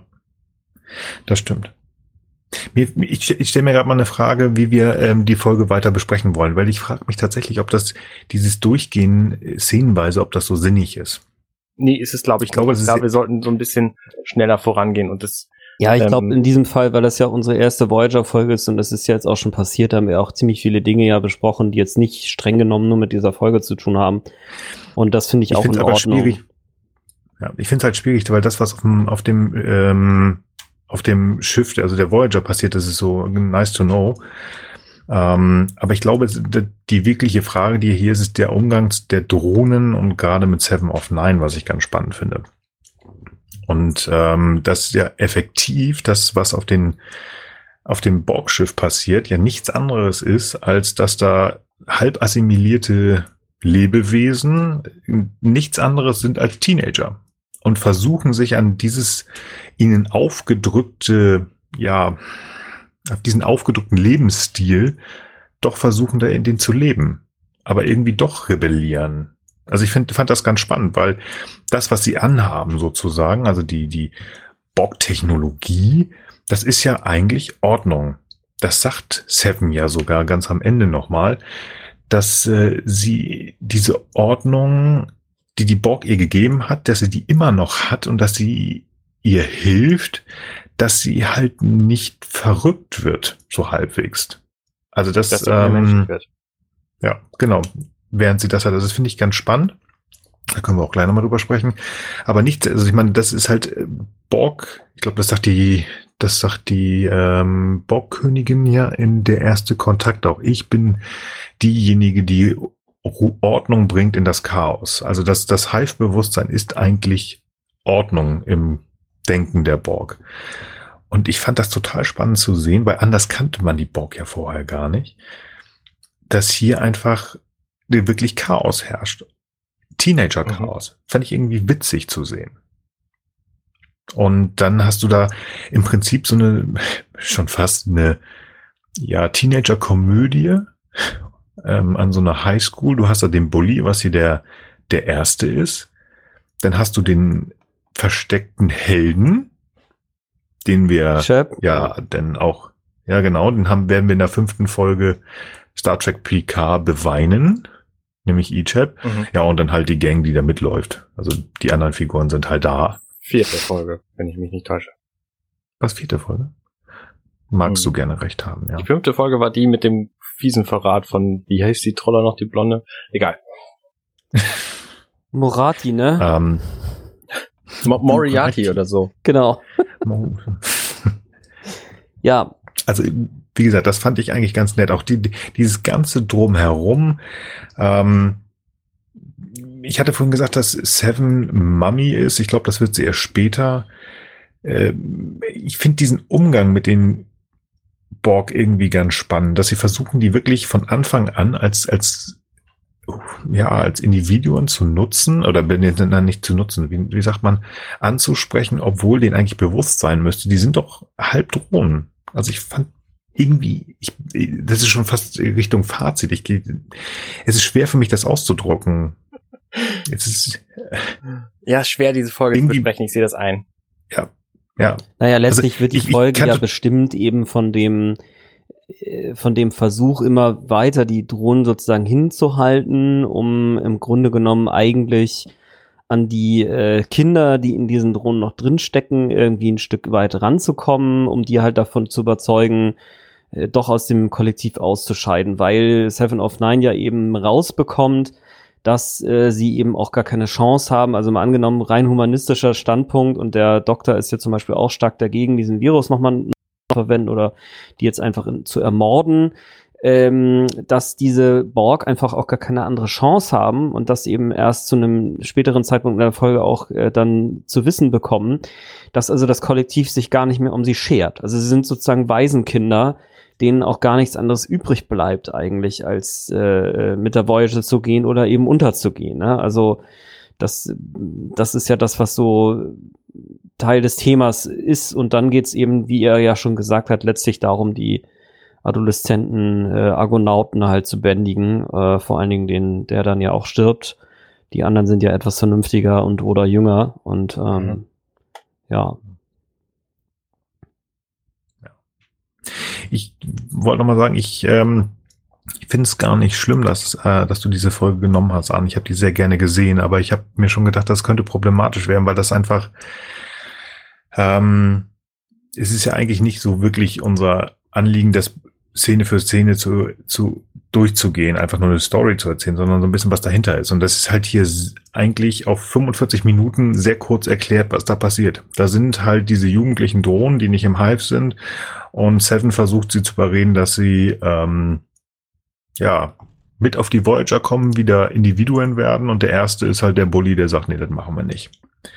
das stimmt. Ich, ich stelle mir gerade mal eine Frage, wie wir ähm, die Folge weiter besprechen wollen, weil ich frage mich tatsächlich, ob das dieses Durchgehen szenenweise, ob das so sinnig ist. Nee, ist es, glaube ich, ich glaube, da wir sollten so ein bisschen schneller vorangehen und das. Ja, ich glaube, ähm, in diesem Fall, weil das ja unsere erste Voyager-Folge ist und das ist ja jetzt auch schon passiert, haben wir auch ziemlich viele Dinge ja besprochen, die jetzt nicht streng genommen nur mit dieser Folge zu tun haben. Und das finde ich, ich auch in Ordnung. Schwierig. Ja, ich finde es halt schwierig, weil das, was auf dem, auf dem, ähm, auf dem Schiff, also der Voyager passiert, das ist so nice to know. Ähm, aber ich glaube, die wirkliche Frage, die hier ist, ist der Umgang der Drohnen und gerade mit Seven of Nine, was ich ganz spannend finde. Und ähm, das ist ja effektiv, das, was auf den auf dem Borg-Schiff passiert, ja nichts anderes ist, als dass da halb assimilierte Lebewesen nichts anderes sind als Teenager und versuchen sich an dieses ihnen aufgedrückte, ja, auf diesen aufgedrückten Lebensstil doch versuchen, da in den zu leben, aber irgendwie doch rebellieren. Also ich find, fand das ganz spannend, weil das, was sie anhaben sozusagen, also die, die Borg-Technologie, das ist ja eigentlich Ordnung. Das sagt Seven ja sogar ganz am Ende nochmal, dass äh, sie diese Ordnung, die die Borg ihr gegeben hat, dass sie die immer noch hat und dass sie ihr hilft, dass sie halt nicht verrückt wird, so halbwegs. Also das, Dass sie ähm, wird. ja, genau. Während sie das hat, also das finde ich ganz spannend. Da können wir auch gleich nochmal drüber sprechen. Aber nicht, also ich meine, das ist halt Borg, ich glaube, das sagt die, das sagt die ähm, Borg-Königin ja in der erste Kontakt auch. Ich bin diejenige, die Ordnung bringt in das Chaos. Also das, das Hive-Bewusstsein ist eigentlich Ordnung im Denken der Borg. Und ich fand das total spannend zu sehen, weil anders kannte man die Borg ja vorher gar nicht, dass hier einfach wirklich Chaos herrscht. Teenager-Chaos. Mhm. Fand ich irgendwie witzig zu sehen. Und dann hast du da im Prinzip so eine, schon fast eine, ja, Teenager-Komödie ähm, an so einer Highschool. Du hast da den Bully, was hier der, der Erste ist. Dann hast du den versteckten Helden, den wir Chap. ja dann auch, ja genau, den haben, werden wir in der fünften Folge Star Trek Picard beweinen. Nämlich Ichab. Mhm. Ja, und dann halt die Gang, die da mitläuft. Also die anderen Figuren sind halt da. Vierte Folge, wenn ich mich nicht täusche. Was, vierte Folge? Magst mhm. du gerne recht haben, ja. Die fünfte Folge war die mit dem fiesen Verrat von, wie heißt die Troller noch, die Blonde? Egal. Morati, ne? Ähm, Mo- Moriarty oder so. Genau. Ja. Also, wie gesagt, das fand ich eigentlich ganz nett. Auch die, dieses ganze Drumherum. Ähm, ich hatte vorhin gesagt, dass Seven Mummy ist. Ich glaube, das wird sie erst später. Äh, ich finde diesen Umgang mit den Borg irgendwie ganz spannend, dass sie versuchen, die wirklich von Anfang an als, als, ja, als Individuen zu nutzen oder dann nicht zu nutzen, wie, wie sagt man, anzusprechen, obwohl denen eigentlich bewusst sein müsste. Die sind doch halb Drohnen. Also ich fand irgendwie, ich, das ist schon fast Richtung Fazit. Ich gehe, es ist schwer für mich, das auszudrucken. Es ist ja schwer, diese Folge zu besprechen. Ich sehe das ein. Ja, ja. Naja, letztlich also, wird die ich, Folge ich ja bestimmt eben von dem, von dem Versuch, immer weiter die Drohnen sozusagen hinzuhalten, um im Grunde genommen eigentlich an die äh, Kinder, die in diesen Drohnen noch drinstecken, irgendwie ein Stück weit ranzukommen, um die halt davon zu überzeugen, äh, doch aus dem Kollektiv auszuscheiden, weil Seven of Nine ja eben rausbekommt, dass äh, sie eben auch gar keine Chance haben. Also mal angenommen, rein humanistischer Standpunkt, und der Doktor ist ja zum Beispiel auch stark dagegen, diesen Virus nochmal verwenden oder die jetzt einfach in, zu ermorden, ähm, dass diese Borg einfach auch gar keine andere Chance haben und das eben erst zu einem späteren Zeitpunkt in der Folge auch äh, dann zu wissen bekommen, dass also das Kollektiv sich gar nicht mehr um sie schert. Also sie sind sozusagen Waisenkinder, denen auch gar nichts anderes übrig bleibt eigentlich, als äh, mit der Voyager zu gehen oder eben unterzugehen. Ne? Also das, das ist ja das, was so Teil des Themas ist. Und dann geht's eben, wie er ja schon gesagt hat, letztlich darum, die adoleszenten äh, Argonauten halt zu bändigen, äh, vor allen Dingen den, der dann ja auch stirbt. Die anderen sind ja etwas vernünftiger und oder jünger und ähm, mhm. ja. Ich wollte noch mal sagen, ich, ähm, ich finde es gar nicht schlimm, dass, äh, dass du diese Folge genommen hast, Arne. Ich habe die sehr gerne gesehen, aber ich habe mir schon gedacht, das könnte problematisch werden, weil das einfach, ähm, es ist ja eigentlich nicht so wirklich unser Anliegen, das Szene für Szene zu, zu durchzugehen, einfach nur eine Story zu erzählen, sondern so ein bisschen was dahinter ist. Und das ist halt hier eigentlich auf fünfundvierzig Minuten sehr kurz erklärt, was da passiert. Da sind halt diese jugendlichen Drohnen, die nicht im Hive sind, und Seven versucht sie zu überreden, dass sie ähm, ja mit auf die Voyager kommen, wieder Individuen werden, und der erste ist halt der Bully, der sagt, nee, das machen wir nicht.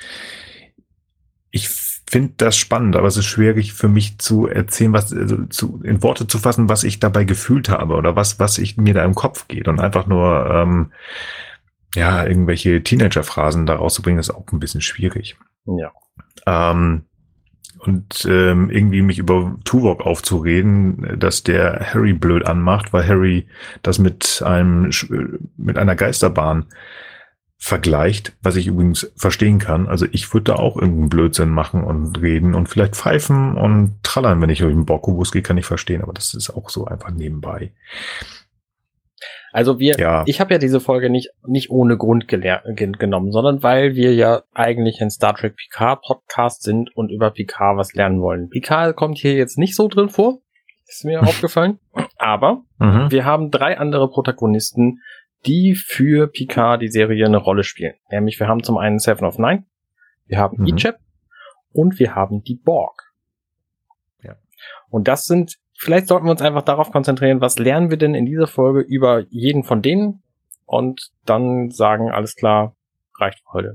Ich finde das spannend, aber es ist schwierig für mich zu erzählen, was also zu, in Worte zu fassen, was ich dabei gefühlt habe oder was was ich mir da im Kopf geht, und einfach nur ähm, ja irgendwelche Teenager-Phrasen da rauszubringen, ist auch ein bisschen schwierig. Ja. Ähm, und ähm, irgendwie mich über Tuvok aufzureden, dass der Harry blöd anmacht, weil Harry das mit einem mit einer Geisterbahn vergleicht, was ich übrigens verstehen kann. Also ich würde da auch irgendeinen Blödsinn machen und reden und vielleicht pfeifen und trallern, wenn ich durch den Borg-Kubus gehe, kann ich verstehen, aber das ist auch so einfach nebenbei. Also wir, Ja. ich habe ja diese Folge nicht nicht ohne Grund gelehr- gen- genommen, sondern weil wir ja eigentlich ein Star Trek Picard Podcast sind und über Picard was lernen wollen. Picard kommt hier jetzt nicht so drin vor, ist mir aufgefallen, aber Mhm. wir haben drei andere Protagonisten, die für Picard die Serie eine Rolle spielen. Nämlich wir haben zum einen Seven of Nine, wir haben Mhm. Icheb und wir haben die Borg. Ja. Und das sind, vielleicht sollten wir uns einfach darauf konzentrieren, was lernen wir denn in dieser Folge über jeden von denen und dann sagen, alles klar, reicht für heute.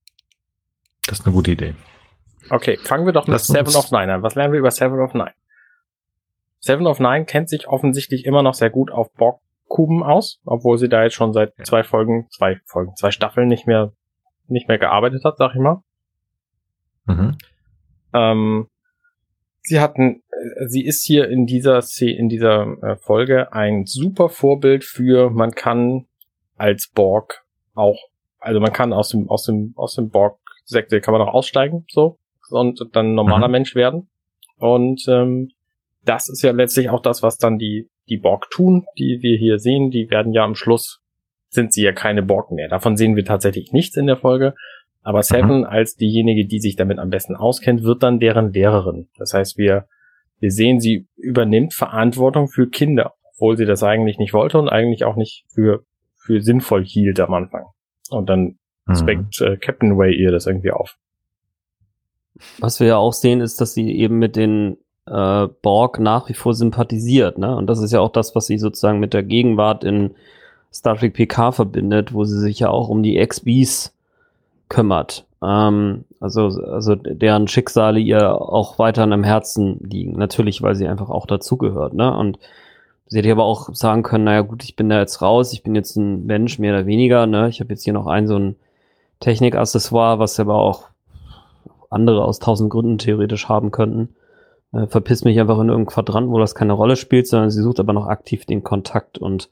Das ist eine gute Idee. Okay, fangen wir doch mit Lass uns- Seven of Nine an. Was lernen wir über Seven of Nine? Seven of Nine kennt sich offensichtlich immer noch sehr gut auf Borg-Kuben aus, obwohl sie da jetzt schon seit Ja. zwei Folgen, zwei Folgen, zwei Staffeln nicht mehr, nicht mehr gearbeitet hat, sag ich mal. Mhm. Ähm, sie hatten, äh, sie ist hier in dieser Szene, in dieser äh, Folge ein super Vorbild für, man kann als Borg auch, also man kann aus dem, aus dem, aus dem Borg-Sektor kann man auch aussteigen, so, und dann ein normaler Mhm. Mensch werden. Und ähm, das ist ja letztlich auch das, was dann die, die Borg tun, die wir hier sehen. Die werden ja am Schluss, sind sie ja keine Borg mehr. Davon sehen wir tatsächlich nichts in der Folge. Aber Seven Mhm. als diejenige, die sich damit am besten auskennt, wird dann deren Lehrerin. Das heißt, wir, wir sehen, sie übernimmt Verantwortung für Kinder, obwohl sie das eigentlich nicht wollte und eigentlich auch nicht für, für sinnvoll hielt am Anfang. Und dann Mhm. speckt äh, Captain Way ihr das irgendwie auf. Was wir ja auch sehen, ist, dass sie eben mit den äh, Borg nach wie vor sympathisiert, ne? Und das ist ja auch das, was sie sozusagen mit der Gegenwart in Star Trek Picard verbindet, wo sie sich ja auch um die Ex-Bees kümmert. Ähm, also, also deren Schicksale ihr auch weiterhin am Herzen liegen. Natürlich, weil sie einfach auch dazugehört, ne? Und sie hätte aber auch sagen können, naja gut, ich bin da jetzt raus, ich bin jetzt ein Mensch, mehr oder weniger, ne? Ich habe jetzt hier noch ein so ein Technikaccessoire, was aber auch andere aus tausend Gründen theoretisch haben könnten. Äh, verpiss mich einfach in irgendeinem Quadrant, wo das keine Rolle spielt, sondern sie sucht aber noch aktiv den Kontakt und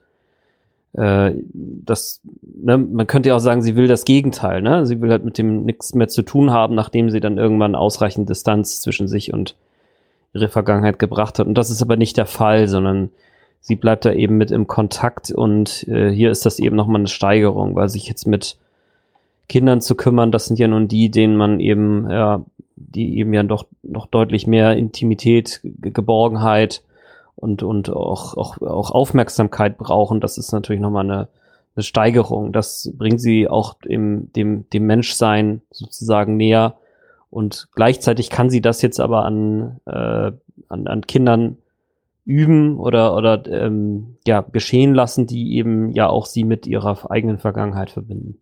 äh, das, ne, man könnte ja auch sagen, sie will das Gegenteil, ne? Sie will halt mit dem nichts mehr zu tun haben, nachdem sie dann irgendwann ausreichend Distanz zwischen sich und ihre Vergangenheit gebracht hat. Und das ist aber nicht der Fall, sondern sie bleibt da eben mit im Kontakt und äh, hier ist das eben nochmal eine Steigerung, weil sich jetzt mit Kindern zu kümmern, das sind ja nun die, denen man eben, ja, die eben ja doch noch deutlich mehr Intimität, Ge- Geborgenheit und und auch auch auch Aufmerksamkeit brauchen. Das ist natürlich nochmal eine eine Steigerung. Das bringt sie auch im dem dem Menschsein sozusagen näher und gleichzeitig kann sie das jetzt aber an äh, an, an Kindern üben oder oder ähm, ja geschehen lassen, die eben ja auch sie mit ihrer eigenen Vergangenheit verbinden.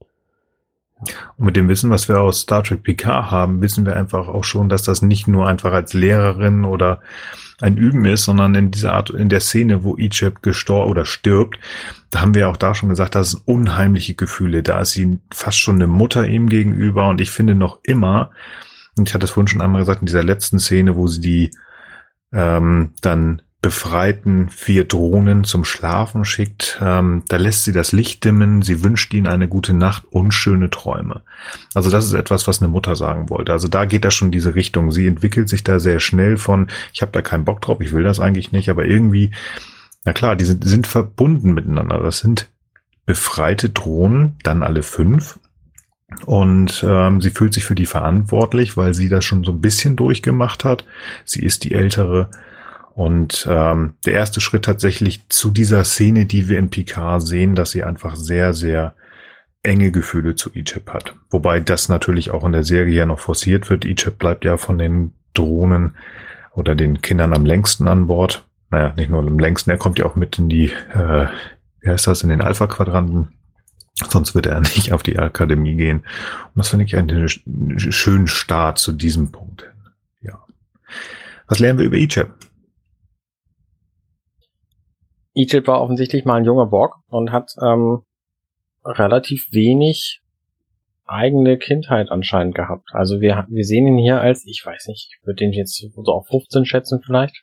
Und mit dem Wissen, was wir aus Star Trek Picard haben, wissen wir einfach auch schon, dass das nicht nur einfach als Lehrerin oder ein Üben ist, sondern in dieser Art, in der Szene, wo Icheb gestorben oder stirbt, da haben wir auch da schon gesagt, das sind unheimliche Gefühle. Da ist sie fast schon eine Mutter ihm gegenüber und ich finde noch immer, und ich hatte es vorhin schon einmal gesagt, in dieser letzten Szene, wo sie die ähm, dann befreiten vier Drohnen zum Schlafen schickt, ähm, da lässt sie das Licht dimmen, sie wünscht ihnen eine gute Nacht und schöne Träume. Also das ist etwas, was eine Mutter sagen wollte. Also da geht das schon in diese Richtung. Sie entwickelt sich da sehr schnell von, ich habe da keinen Bock drauf, ich will das eigentlich nicht, aber irgendwie, na klar, die sind, sind verbunden miteinander. Das sind befreite Drohnen, dann alle fünf. Und ähm, sie fühlt sich für die verantwortlich, weil sie das schon so ein bisschen durchgemacht hat. Sie ist die Ältere. Und ähm, der erste Schritt tatsächlich zu dieser Szene, die wir in Picard sehen, dass sie einfach sehr, sehr enge Gefühle zu Icheb hat. Wobei das natürlich auch in der Serie ja noch forciert wird. Icheb bleibt ja von den Drohnen oder den Kindern am längsten an Bord. Naja, nicht nur am längsten, er kommt ja auch mit in die, äh, wie heißt das, in den Alpha-Quadranten. Sonst wird er nicht auf die Akademie gehen. Und das finde ich einen schönen Start zu diesem Punkt. Ja. Was lernen wir über Icheb? Icheb war offensichtlich mal ein junger Borg und hat ähm, relativ wenig eigene Kindheit anscheinend gehabt. Also wir wir sehen ihn hier als, ich weiß nicht, ich würde den jetzt so auf fünfzehn schätzen vielleicht.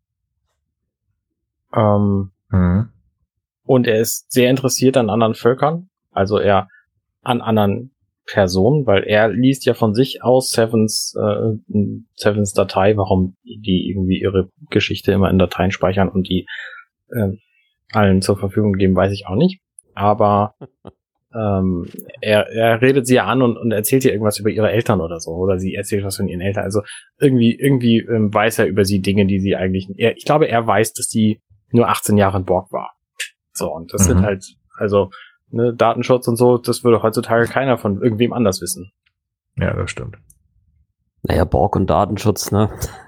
Ähm, Mhm. und er ist sehr interessiert an anderen Völkern, also er an anderen Personen, weil er liest ja von sich aus Sevens äh, Sevens Datei, warum die irgendwie ihre Geschichte immer in Dateien speichern und die äh, allen zur Verfügung geben, weiß ich auch nicht. Aber ähm, er, er redet sie ja an und, und erzählt ihr irgendwas über ihre Eltern oder so. Oder sie erzählt was von ihren Eltern. Also irgendwie irgendwie ähm, weiß er über sie Dinge, die sie eigentlich... Er, ich glaube, er weiß, dass sie nur achtzehn Jahre in Borg war. So, und das mhm. sind halt... Also ne, Datenschutz und so, das würde heutzutage keiner von irgendwem anders wissen. Ja, das stimmt. Naja, Borg und Datenschutz, ne?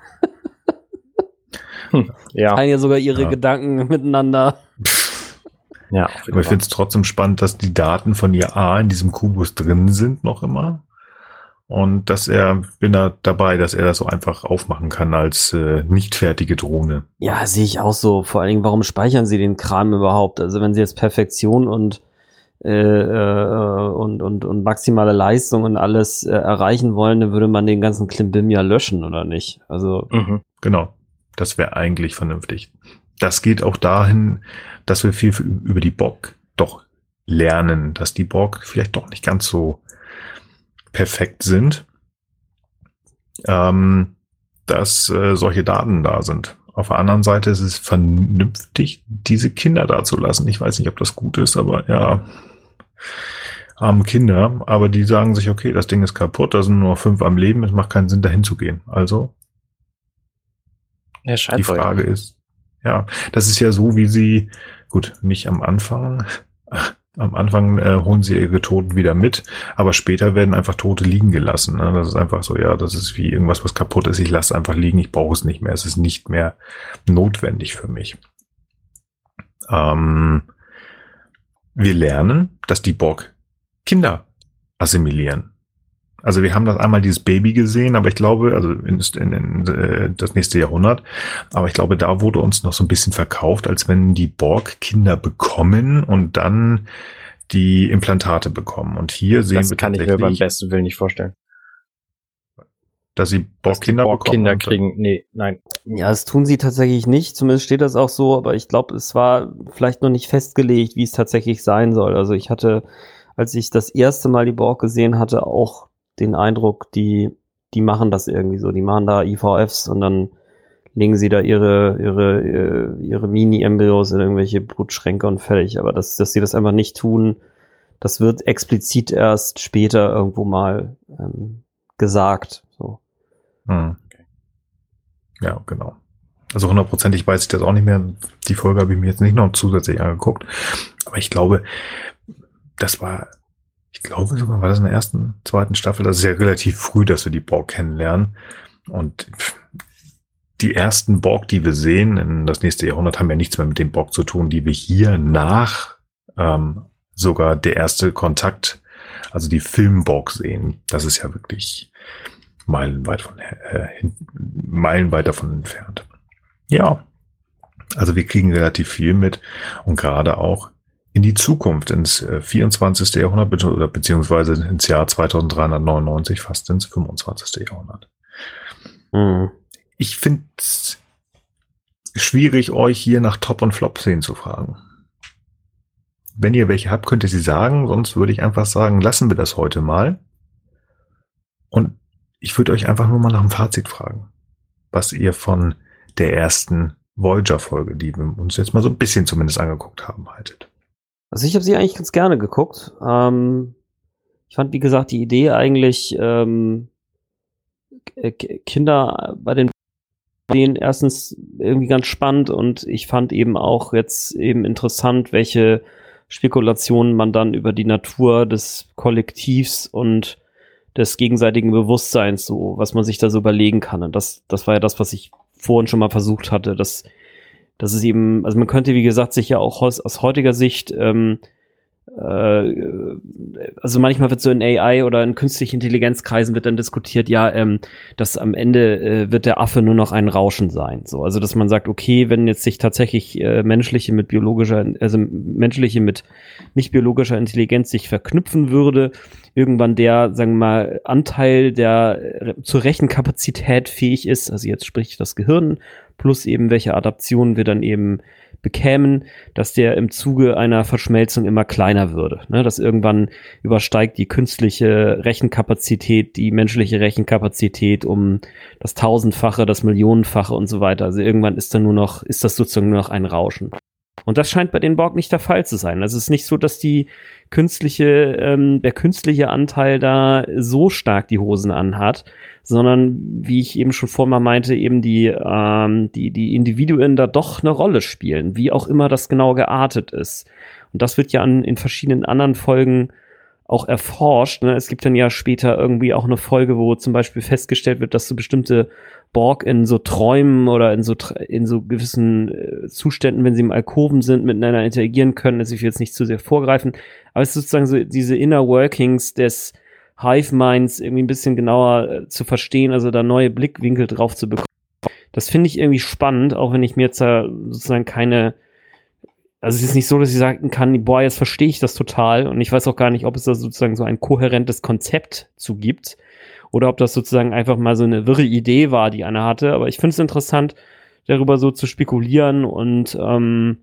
hm, ja. Teilen ja sogar ihre ja. Gedanken miteinander. Ja, aber ich finde es trotzdem spannend, dass die Daten von ihr A in diesem Kubus drin sind noch immer. Und dass er, bin da dabei, dass er das so einfach aufmachen kann als äh, nicht fertige Drohne. Ja, sehe ich auch so. Vor allen Dingen, warum speichern sie den Kram überhaupt? Also wenn sie jetzt Perfektion und äh, äh, und, und, und maximale Leistung und alles äh, erreichen wollen, dann würde man den ganzen Klimbim ja löschen, oder nicht? Also mhm, genau. Das wäre eigentlich vernünftig. Das geht auch dahin, dass wir viel über die Borg doch lernen, dass die Borg vielleicht doch nicht ganz so perfekt sind, ähm, dass äh, solche Daten da sind. Auf der anderen Seite ist es vernünftig, diese Kinder da zu lassen. Ich weiß nicht, ob das gut ist, aber ja, arme Kinder. Aber die sagen sich, okay, das Ding ist kaputt, da sind nur noch fünf am Leben, es macht keinen Sinn, dahin zu gehen. Also ja, die Frage ist, ja, das ist ja so, wie sie, gut, nicht am Anfang, am Anfang äh, holen sie ihre Toten wieder mit, aber später werden einfach Tote liegen gelassen. Ne? Das ist einfach so, ja, das ist wie irgendwas, was kaputt ist, ich lasse es einfach liegen, ich brauche es nicht mehr, es ist nicht mehr notwendig für mich. Ähm, wir lernen, dass die Borg Kinder assimilieren. Also wir haben das einmal dieses Baby gesehen, aber ich glaube, also in, in, in äh, das nächste Jahrhundert, aber ich glaube, da wurde uns noch so ein bisschen verkauft, als wenn die Borg Kinder bekommen und dann die Implantate bekommen. Und hier sehen das wir kann ich mir beim besten Willen nicht vorstellen. Dass sie Borg Kinder Borg bekommen. Kinder kriegen, nee, nein. Ja, das tun sie tatsächlich nicht, zumindest steht das auch so, aber ich glaube, es war vielleicht noch nicht festgelegt, wie es tatsächlich sein soll. Also ich hatte, als ich das erste Mal die Borg gesehen hatte, auch den Eindruck, die, die machen das irgendwie so, die machen da I V Fs und dann legen sie da ihre, ihre, ihre Mini-Embryos in irgendwelche Blutschränke und fertig. Aber dass, dass sie das einfach nicht tun, das wird explizit erst später irgendwo mal ähm, gesagt. So. Hm. Ja, genau. Also hundertprozentig weiß ich das auch nicht mehr. Die Folge habe ich mir jetzt nicht noch zusätzlich angeguckt. Aber ich glaube, das war Ich glaube sogar, war das in der ersten, zweiten Staffel, das ist ja relativ früh, dass wir die Borg kennenlernen. Und die ersten Borg, die wir sehen in das nächste Jahrhundert, haben ja nichts mehr mit den Borg zu tun, die wir hier nach ähm, sogar der erste Kontakt, also die Film-Borg sehen. Das ist ja wirklich meilenweit von, äh, meilenweit davon entfernt. Ja, also wir kriegen relativ viel mit und gerade auch in die Zukunft, ins vierundzwanzigste Jahrhundert oder beziehungsweise ins Jahr zweitausenddreihundertneunundneunzig, fast ins fünfundzwanzigste Jahrhundert. Mhm. Ich finde es schwierig, euch hier nach Top- und Flop-Szenen zu fragen. Wenn ihr welche habt, könnt ihr sie sagen, sonst würde ich einfach sagen, lassen wir das heute mal. Und ich würde euch einfach nur mal nach dem Fazit fragen, was ihr von der ersten Voyager-Folge, die wir uns jetzt mal so ein bisschen zumindest angeguckt haben, haltet. Also ich habe sie eigentlich ganz gerne geguckt. Ähm, ich fand, wie gesagt, die Idee eigentlich, ähm, K- Kinder bei den denen erstens irgendwie ganz spannend und ich fand eben auch jetzt eben interessant, welche Spekulationen man dann über die Natur des Kollektivs und des gegenseitigen Bewusstseins, so was man sich da so überlegen kann. Und das, das war ja das, was ich vorhin schon mal versucht hatte, dass Das ist eben, also man könnte, wie gesagt, sich ja auch aus, aus heutiger Sicht, ähm, äh, also manchmal wird so in A I oder in künstlichen Intelligenzkreisen wird dann diskutiert, ja, ähm, dass am Ende äh, wird der Affe nur noch ein Rauschen sein. So, also dass man sagt, okay, wenn jetzt sich tatsächlich äh, menschliche mit biologischer, also menschliche mit nicht biologischer Intelligenz sich verknüpfen würde, irgendwann der, sagen wir mal, Anteil, der äh, zur Rechenkapazität fähig ist, also jetzt sprich das Gehirn, plus eben welche Adaptionen wir dann eben bekämen, dass der im Zuge einer Verschmelzung immer kleiner würde. Ne? Dass irgendwann übersteigt die künstliche Rechenkapazität die menschliche Rechenkapazität um das Tausendfache, das Millionenfache und so weiter. Also irgendwann ist dann nur noch, ist das sozusagen nur noch ein Rauschen. Und das scheint bei den Borg nicht der Fall zu sein. Also es ist nicht so, dass die künstliche, ähm, der künstliche Anteil da so stark die Hosen anhat, sondern, wie ich eben schon vorher mal meinte, eben die, ähm, die, die Individuen da doch eine Rolle spielen, wie auch immer das genau geartet ist. Und das wird ja an, in verschiedenen anderen Folgen auch erforscht. Ne? Es gibt dann ja später irgendwie auch eine Folge, wo zum Beispiel festgestellt wird, dass so bestimmte Borg in so Träumen oder in so in so gewissen äh, Zuständen, wenn sie im Alkoven sind, miteinander interagieren können. Also ich will jetzt nicht zu sehr vorgreifen, aber es ist sozusagen so diese Inner Workings des Hive Minds irgendwie ein bisschen genauer äh, zu verstehen, also da neue Blickwinkel drauf zu bekommen. Das finde ich irgendwie spannend, auch wenn ich mir jetzt da sozusagen keine, also es ist nicht so, dass ich sagen kann, boah, jetzt verstehe ich das total und ich weiß auch gar nicht, ob es da sozusagen so ein kohärentes Konzept zu gibt oder ob das sozusagen einfach mal so eine wirre Idee war, die einer hatte. Aber ich finde es interessant, darüber so zu spekulieren und ähm,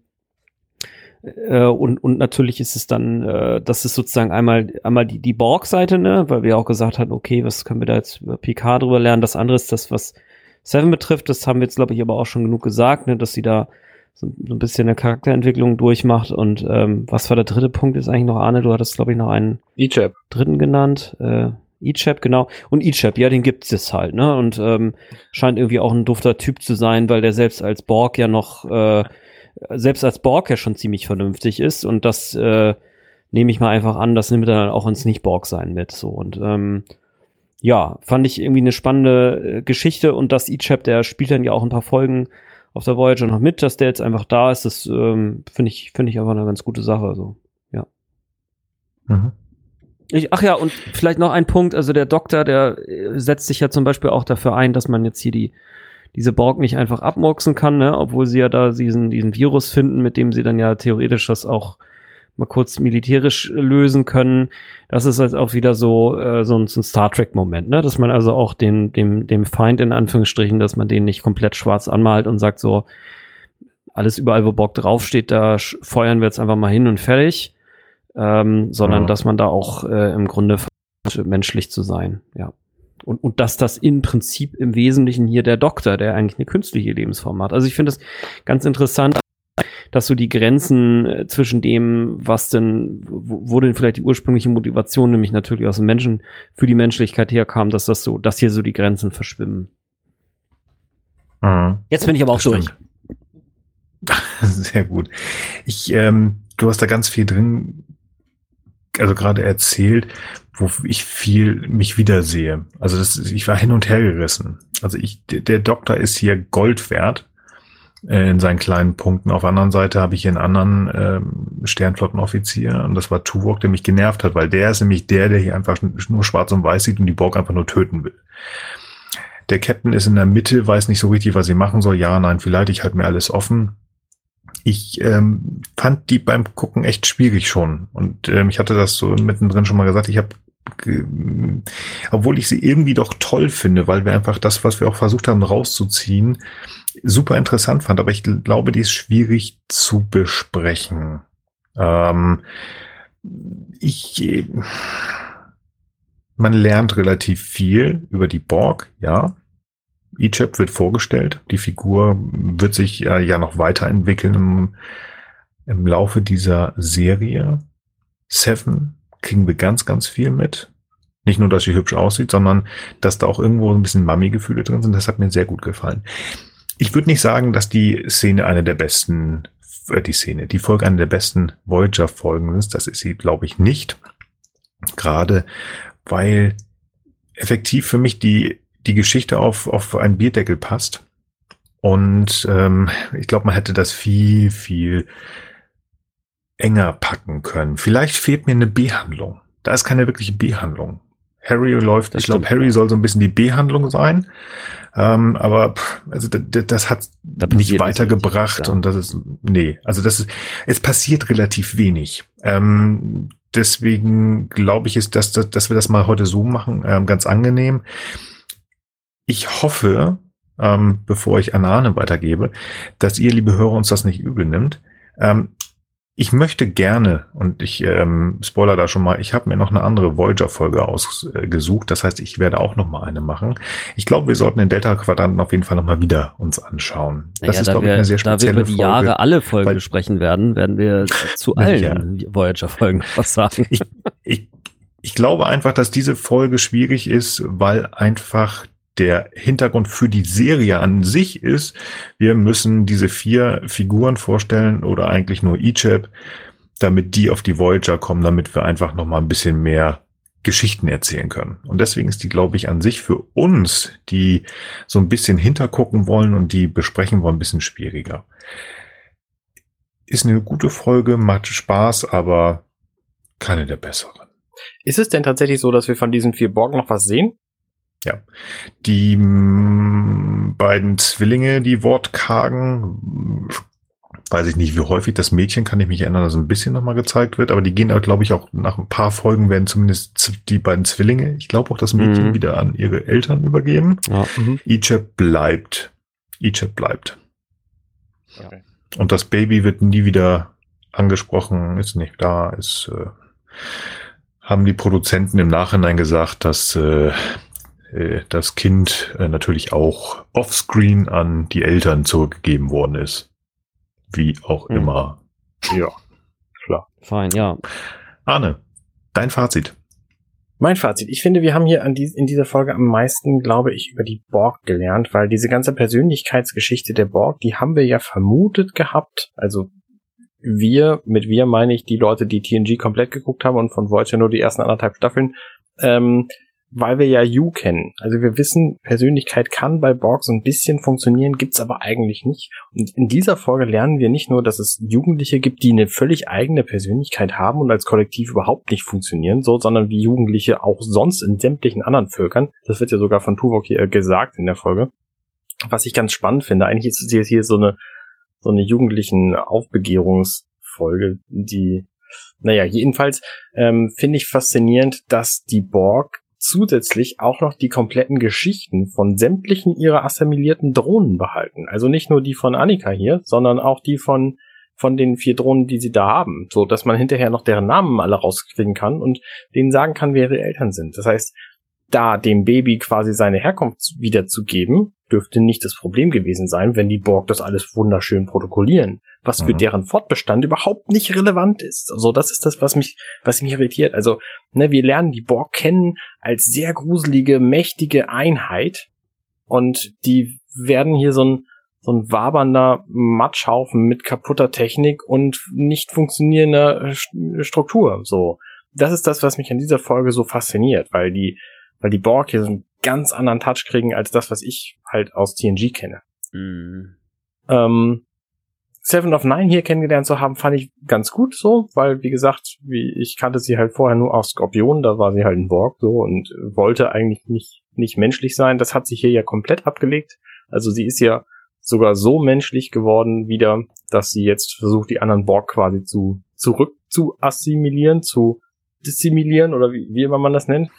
äh, und und natürlich ist es dann, äh, das ist sozusagen einmal einmal die die Borg-Seite, ne, weil wir auch gesagt hatten, okay, was können wir da jetzt über P K drüber lernen? Das andere ist das, was Seven betrifft. Das haben wir jetzt, glaube ich, aber auch schon genug gesagt, ne, dass sie da so, so ein bisschen eine Charakterentwicklung durchmacht. Und ähm, was war der dritte Punkt? Ist eigentlich noch, Arne, du hattest, glaube ich, noch einen Ichab. dritten genannt. Äh, Ichab, genau. Und Ichab, ja, den gibt es halt, ne? Und ähm, scheint irgendwie auch ein dufter Typ zu sein, weil der selbst als Borg ja noch, äh, selbst als Borg ja schon ziemlich vernünftig ist. Und das äh, nehme ich mal einfach an, das nimmt er dann auch ins Nicht-Borg-Sein mit. So. Und ähm, ja, fand ich irgendwie eine spannende äh, Geschichte. Und das Ichab, der spielt dann ja auch ein paar Folgen auf der Voyager noch mit, dass der jetzt einfach da ist, das ähm, finde ich, finde ich einfach eine ganz gute Sache. So, ja. Mhm. Ich, ach ja, und vielleicht noch ein Punkt, also der Doktor, der äh, setzt sich ja zum Beispiel auch dafür ein, dass man jetzt hier die diese Borg nicht einfach abmurksen kann, ne, obwohl sie ja da diesen diesen Virus finden, mit dem sie dann ja theoretisch das auch mal kurz militärisch lösen können. Das ist halt auch wieder so äh, so ein, so ein Star Trek Moment, ne, dass man also auch den dem dem Feind in Anführungsstrichen, dass man den nicht komplett schwarz anmalt und sagt so, alles überall, wo Borg draufsteht, da feuern wir jetzt einfach mal hin und fertig. Ähm, sondern ja. dass man da auch äh, im Grunde versucht, menschlich zu sein, ja. Und, und dass das im Prinzip im Wesentlichen hier der Doktor, der eigentlich eine künstliche Lebensform hat. Also ich finde das ganz interessant, dass so die Grenzen äh, zwischen dem, was denn, wo, wo denn vielleicht die ursprüngliche Motivation, nämlich natürlich aus dem Menschen, für die Menschlichkeit herkam, dass das so, dass hier so die Grenzen verschwimmen. Mhm. Jetzt bin ich aber auch durch. Sehr gut. Ich, ähm, du hast da ganz viel drin, also gerade erzählt, wo ich viel mich wiedersehe. Also das, ich war hin und her gerissen. Also ich, der Doktor ist hier Gold wert äh, in seinen kleinen Punkten. Auf der anderen Seite habe ich hier einen anderen ähm, Sternflottenoffizier und das war Tuvok, der mich genervt hat, weil der ist nämlich der, der hier einfach nur schwarz und weiß sieht und die Borg einfach nur töten will. Der Captain ist in der Mitte, weiß nicht so richtig, was sie machen soll. Ja, nein, vielleicht, ich halte mir alles offen. Ich ähm, fand die beim Gucken echt schwierig schon. Und ähm, ich hatte das so mittendrin schon mal gesagt, ich habe, äh, obwohl ich sie irgendwie doch toll finde, weil wir einfach das, was wir auch versucht haben rauszuziehen, super interessant fand. Aber ich glaube, die ist schwierig zu besprechen. Ähm, ich, äh, man lernt relativ viel über die Borg, ja. Ichab wird vorgestellt. Die Figur wird sich äh, ja noch weiterentwickeln im, im Laufe dieser Serie. Seven kriegen wir ganz, ganz viel mit. Nicht nur, dass sie hübsch aussieht, sondern dass da auch irgendwo ein bisschen Mami-Gefühle drin sind. Das hat mir sehr gut gefallen. Ich würde nicht sagen, dass die Szene eine der besten, äh, die Szene, die Folge eine der besten Voyager-Folgen ist. Das ist sie, glaube ich, nicht. Gerade weil effektiv für mich die die Geschichte auf auf einen Bierdeckel passt. Und ähm, ich glaube, man hätte das viel, viel enger packen können. Vielleicht fehlt mir eine B-Handlung. Da ist keine wirkliche B-Handlung. Harry läuft, das ich glaube, Harry soll so ein bisschen die B-Handlung sein. Ähm, aber pff, also das, das hat da nicht weitergebracht. Nicht, und das ist, nee, also das ist, es passiert relativ wenig. Ähm, deswegen glaube ich, ist das, dass wir das mal heute so machen, ähm, ganz angenehm. Ich hoffe, ähm, bevor ich an Arne weitergebe, dass ihr, liebe Hörer, uns das nicht übel nimmt. Ähm, Ich möchte gerne, und ich ähm, spoiler da schon mal, ich habe mir noch eine andere Voyager-Folge ausgesucht. Das heißt, ich werde auch noch mal eine machen. Ich glaube, wir sollten den Delta-Quadranten auf jeden Fall noch mal wieder uns anschauen. Das ja, ist, da glaube wir, ich, eine sehr spezielle Da wir über die Folge, Jahre alle Folgen weil, besprechen werden, werden wir zu allen ja. Voyager-Folgen was sagen. Ich, ich, ich glaube einfach, dass diese Folge schwierig ist, weil einfach der Hintergrund für die Serie an sich ist, wir müssen diese vier Figuren vorstellen oder eigentlich nur Icheb, damit die auf die Voyager kommen, damit wir einfach noch mal ein bisschen mehr Geschichten erzählen können. Und deswegen ist die, glaube ich, an sich für uns, die so ein bisschen hintergucken wollen und die besprechen wollen, ein bisschen schwieriger. Ist eine gute Folge, macht Spaß, aber keine der besseren. Ist es denn tatsächlich so, dass wir von diesen vier Borg noch was sehen? Ja, die m, beiden Zwillinge, die wortkargen, weiß ich nicht, wie häufig das Mädchen, kann ich mich erinnern, dass ein bisschen nochmal gezeigt wird, aber die gehen, glaube ich, auch nach ein paar Folgen werden zumindest die beiden Zwillinge, ich glaube auch das Mädchen, mhm. wieder an ihre Eltern übergeben. Ja. Mhm. Icheb bleibt. Icheb bleibt. Okay. Und das Baby wird nie wieder angesprochen, ist nicht da, ist, äh, haben die Produzenten im Nachhinein gesagt, dass äh, das Kind äh, natürlich auch offscreen an die Eltern zurückgegeben worden ist. Wie auch hm. immer. Ja, klar. Fein, ja. Arne, dein Fazit. Mein Fazit. Ich finde, wir haben hier an dies, in dieser Folge am meisten, glaube ich, über die Borg gelernt, weil diese ganze Persönlichkeitsgeschichte der Borg, die haben wir ja vermutet gehabt. Also wir, mit wir meine ich die Leute, die T N G komplett geguckt haben und von Voyager nur die ersten anderthalb Staffeln, ähm, weil wir ja You kennen. Also wir wissen, Persönlichkeit kann bei Borg so ein bisschen funktionieren, gibt's aber eigentlich nicht. Und in dieser Folge lernen wir nicht nur, dass es Jugendliche gibt, die eine völlig eigene Persönlichkeit haben und als Kollektiv überhaupt nicht funktionieren, so, sondern wie Jugendliche auch sonst in sämtlichen anderen Völkern. Das wird ja sogar von Tuvok hier gesagt in der Folge. Was ich ganz spannend finde, eigentlich ist es jetzt hier so eine so eine jugendlichen Aufbegehrungsfolge, die, naja, jedenfalls ähm, finde ich faszinierend, dass die Borg zusätzlich auch noch die kompletten Geschichten von sämtlichen ihrer assimilierten Drohnen behalten. Also nicht nur die von Annika hier, sondern auch die von von den vier Drohnen, die sie da haben, so dass man hinterher noch deren Namen alle rauskriegen kann und denen sagen kann, wer ihre Eltern sind. Das heißt, da dem Baby quasi seine Herkunft wiederzugeben, dürfte nicht das Problem gewesen sein, wenn die Borg das alles wunderschön protokollieren, was für mhm. deren Fortbestand überhaupt nicht relevant ist. Also das ist das, was mich, was mich irritiert. Also, ne, wir lernen die Borg kennen als sehr gruselige, mächtige Einheit und die werden hier so ein, so ein wabernder Matschhaufen mit kaputter Technik und nicht funktionierender Struktur. So, das ist das, was mich an dieser Folge so fasziniert, weil die weil die Borg hier so einen ganz anderen Touch kriegen als das, was ich halt aus T N G kenne. Mhm. Ähm, Seven of Nine hier kennengelernt zu haben, fand ich ganz gut so, weil, wie gesagt, wie ich kannte sie halt vorher nur aus Skorpion, da war sie halt ein Borg so und wollte eigentlich nicht nicht menschlich sein. Das hat sich hier ja komplett abgelegt. Also sie ist ja sogar so menschlich geworden wieder, dass sie jetzt versucht, die anderen Borg quasi zu zurück zu assimilieren, zu dissimilieren oder wie, wie immer man das nennt.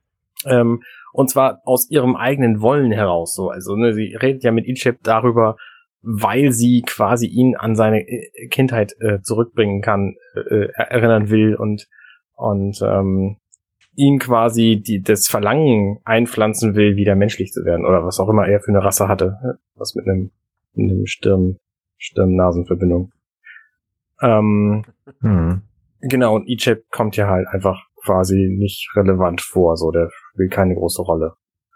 Ähm, und zwar aus ihrem eigenen Wollen heraus. So, also ne, sie redet ja mit Icheb darüber, weil sie quasi ihn an seine Kindheit äh, zurückbringen kann, äh, erinnern will und und ähm, ihm quasi die das Verlangen einpflanzen will, wieder menschlich zu werden oder was auch immer er für eine Rasse hatte, was mit einem, mit einem Stirn Stirn-Nasen-Verbindung. Ähm, hm. Genau, und Icheb kommt ja halt einfach quasi nicht relevant vor, so, der spielt keine große Rolle.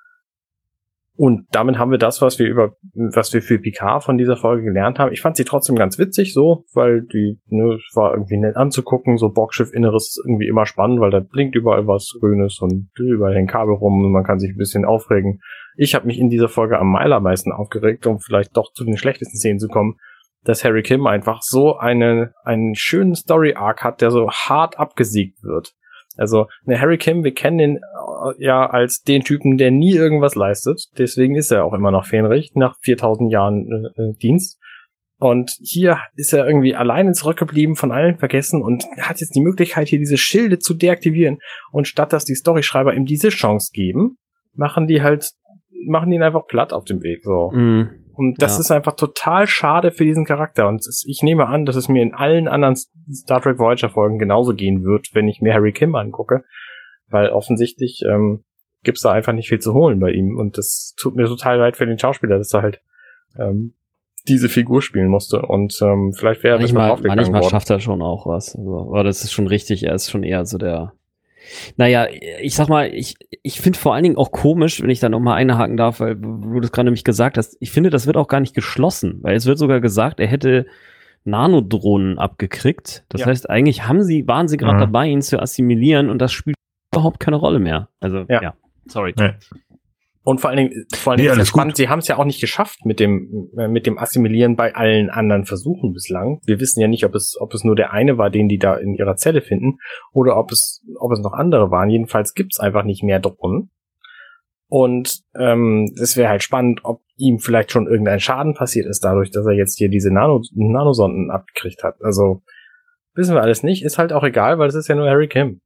Und damit haben wir das, was wir über, was wir für Picard von dieser Folge gelernt haben. Ich fand sie trotzdem ganz witzig, so, weil die, ne, war irgendwie nett anzugucken, so Borgschiff-Inneres ist irgendwie immer spannend, weil da blinkt überall was Grünes und überall hängen Kabel rum und man kann sich ein bisschen aufregen. Ich habe mich in dieser Folge am allermeisten aufgeregt, um vielleicht doch zu den schlechtesten Szenen zu kommen, dass Harry Kim einfach so eine, einen schönen Story-Arc hat, der so hart abgesiegt wird. Also, ne, Harry Kim, wir kennen ihn äh, ja als den Typen, der nie irgendwas leistet. Deswegen ist er auch immer noch Fähnrich, nach viertausend Jahren äh, Dienst. Und hier ist er irgendwie alleine zurückgeblieben, von allen vergessen und hat jetzt die Möglichkeit, hier diese Schilde zu deaktivieren. Und statt dass die Storyschreiber ihm diese Chance geben, machen die halt, machen ihn einfach platt auf dem Weg, so. Mm, Und das Ja. ist einfach total schade für diesen Charakter. Und es, ich nehme an, dass es mir in allen anderen Star Trek Voyager Folgen genauso gehen wird, wenn ich mir Harry Kim angucke. Weil offensichtlich ähm, gibt's da einfach nicht viel zu holen bei ihm. Und das tut mir total leid für den Schauspieler, dass er halt ähm, diese Figur spielen musste. Und ähm, vielleicht wäre er das Manchmal, aufgegangen manchmal worden. schafft er schon auch was. Also, aber das ist schon richtig, er ist schon eher so der. Naja, ich sag mal, ich, ich finde vor allen Dingen auch komisch, wenn ich da nochmal einhaken darf, weil du das gerade nämlich gesagt hast, ich finde, das wird auch gar nicht geschlossen, weil es wird sogar gesagt, er hätte Nanodrohnen abgekriegt. Das Ja. heißt, eigentlich haben sie, waren sie gerade Mhm. dabei, ihn zu assimilieren und das spielt überhaupt keine Rolle mehr. Also, Ja. ja, sorry. Nee. Und vor allen Dingen, vor allen Nee, Dingen ist es alles spannend, gut. sie haben es ja auch nicht geschafft mit dem äh, mit dem Assimilieren bei allen anderen Versuchen bislang. Wir wissen ja nicht, ob es ob es nur der eine war, den die da in ihrer Zelle finden, oder ob es ob es noch andere waren. Jedenfalls gibt's einfach nicht mehr Drohnen. Und ähm, es wäre halt spannend, ob ihm vielleicht schon irgendein Schaden passiert ist dadurch, dass er jetzt hier diese Nano Nanosonden abgekriegt hat. Also wissen wir alles nicht. Ist halt auch egal, weil es ist ja nur Harry Kim.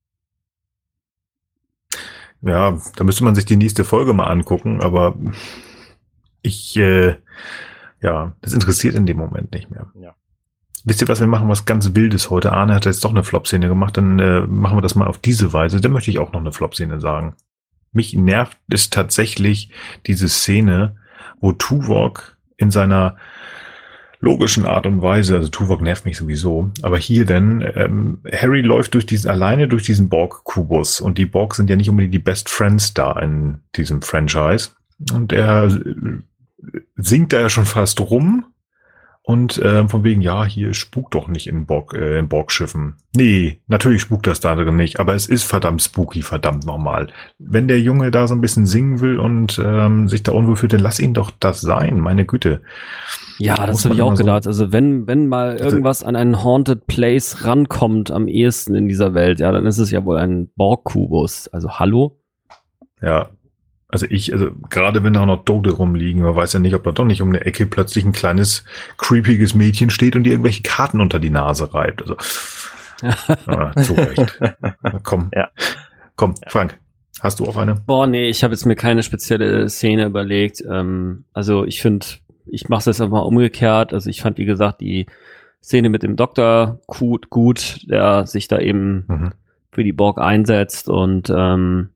Ja, da müsste man sich die nächste Folge mal angucken, aber ich, äh, ja, das interessiert in dem Moment nicht mehr. Ja. Wisst ihr was, wir machen was ganz Wildes heute. Arne hat jetzt doch eine Flop-Szene gemacht, dann äh, machen wir das mal auf diese Weise. Dann möchte ich auch noch eine Flop-Szene sagen. Mich nervt es tatsächlich diese Szene, wo Tuvok in seiner logischen Art und Weise, also Tuvok nervt mich sowieso, aber hier denn, ähm, Harry läuft durch diesen, alleine durch diesen Borg-Kubus und die Borg sind ja nicht unbedingt die Best Friends da in diesem Franchise und er äh, singt da ja schon fast rum und äh, von wegen, ja, hier spukt doch nicht in Borg, äh, in Borg-Schiffen. Nee, natürlich spukt das da drin nicht, aber es ist verdammt spooky, verdammt nochmal. Wenn der Junge da so ein bisschen singen will und ähm, sich da unwohl fühlt, dann lass ihn doch das sein, meine Güte. Ja, Muss das habe man ich auch immer so- gedacht. Also wenn, wenn mal irgendwas an einen Haunted Place rankommt am ehesten in dieser Welt, ja, dann ist es ja wohl ein Borg-Kubus. Also hallo? Ja, also ich, also gerade wenn da auch noch Tote rumliegen, man weiß ja nicht, ob da doch nicht um eine Ecke plötzlich ein kleines, creepiges Mädchen steht und dir irgendwelche Karten unter die Nase reibt. Also, ja, zu Recht. Na, komm, Ja. komm, Frank, hast du auch eine? Boah, nee, ich habe jetzt mir keine spezielle Szene überlegt. Ähm, also ich finde, ich mache es jetzt einfach mal umgekehrt. Also ich fand, wie gesagt, die Szene mit dem Doktor gut, gut, der sich da eben Mhm. für die Borg einsetzt und ähm,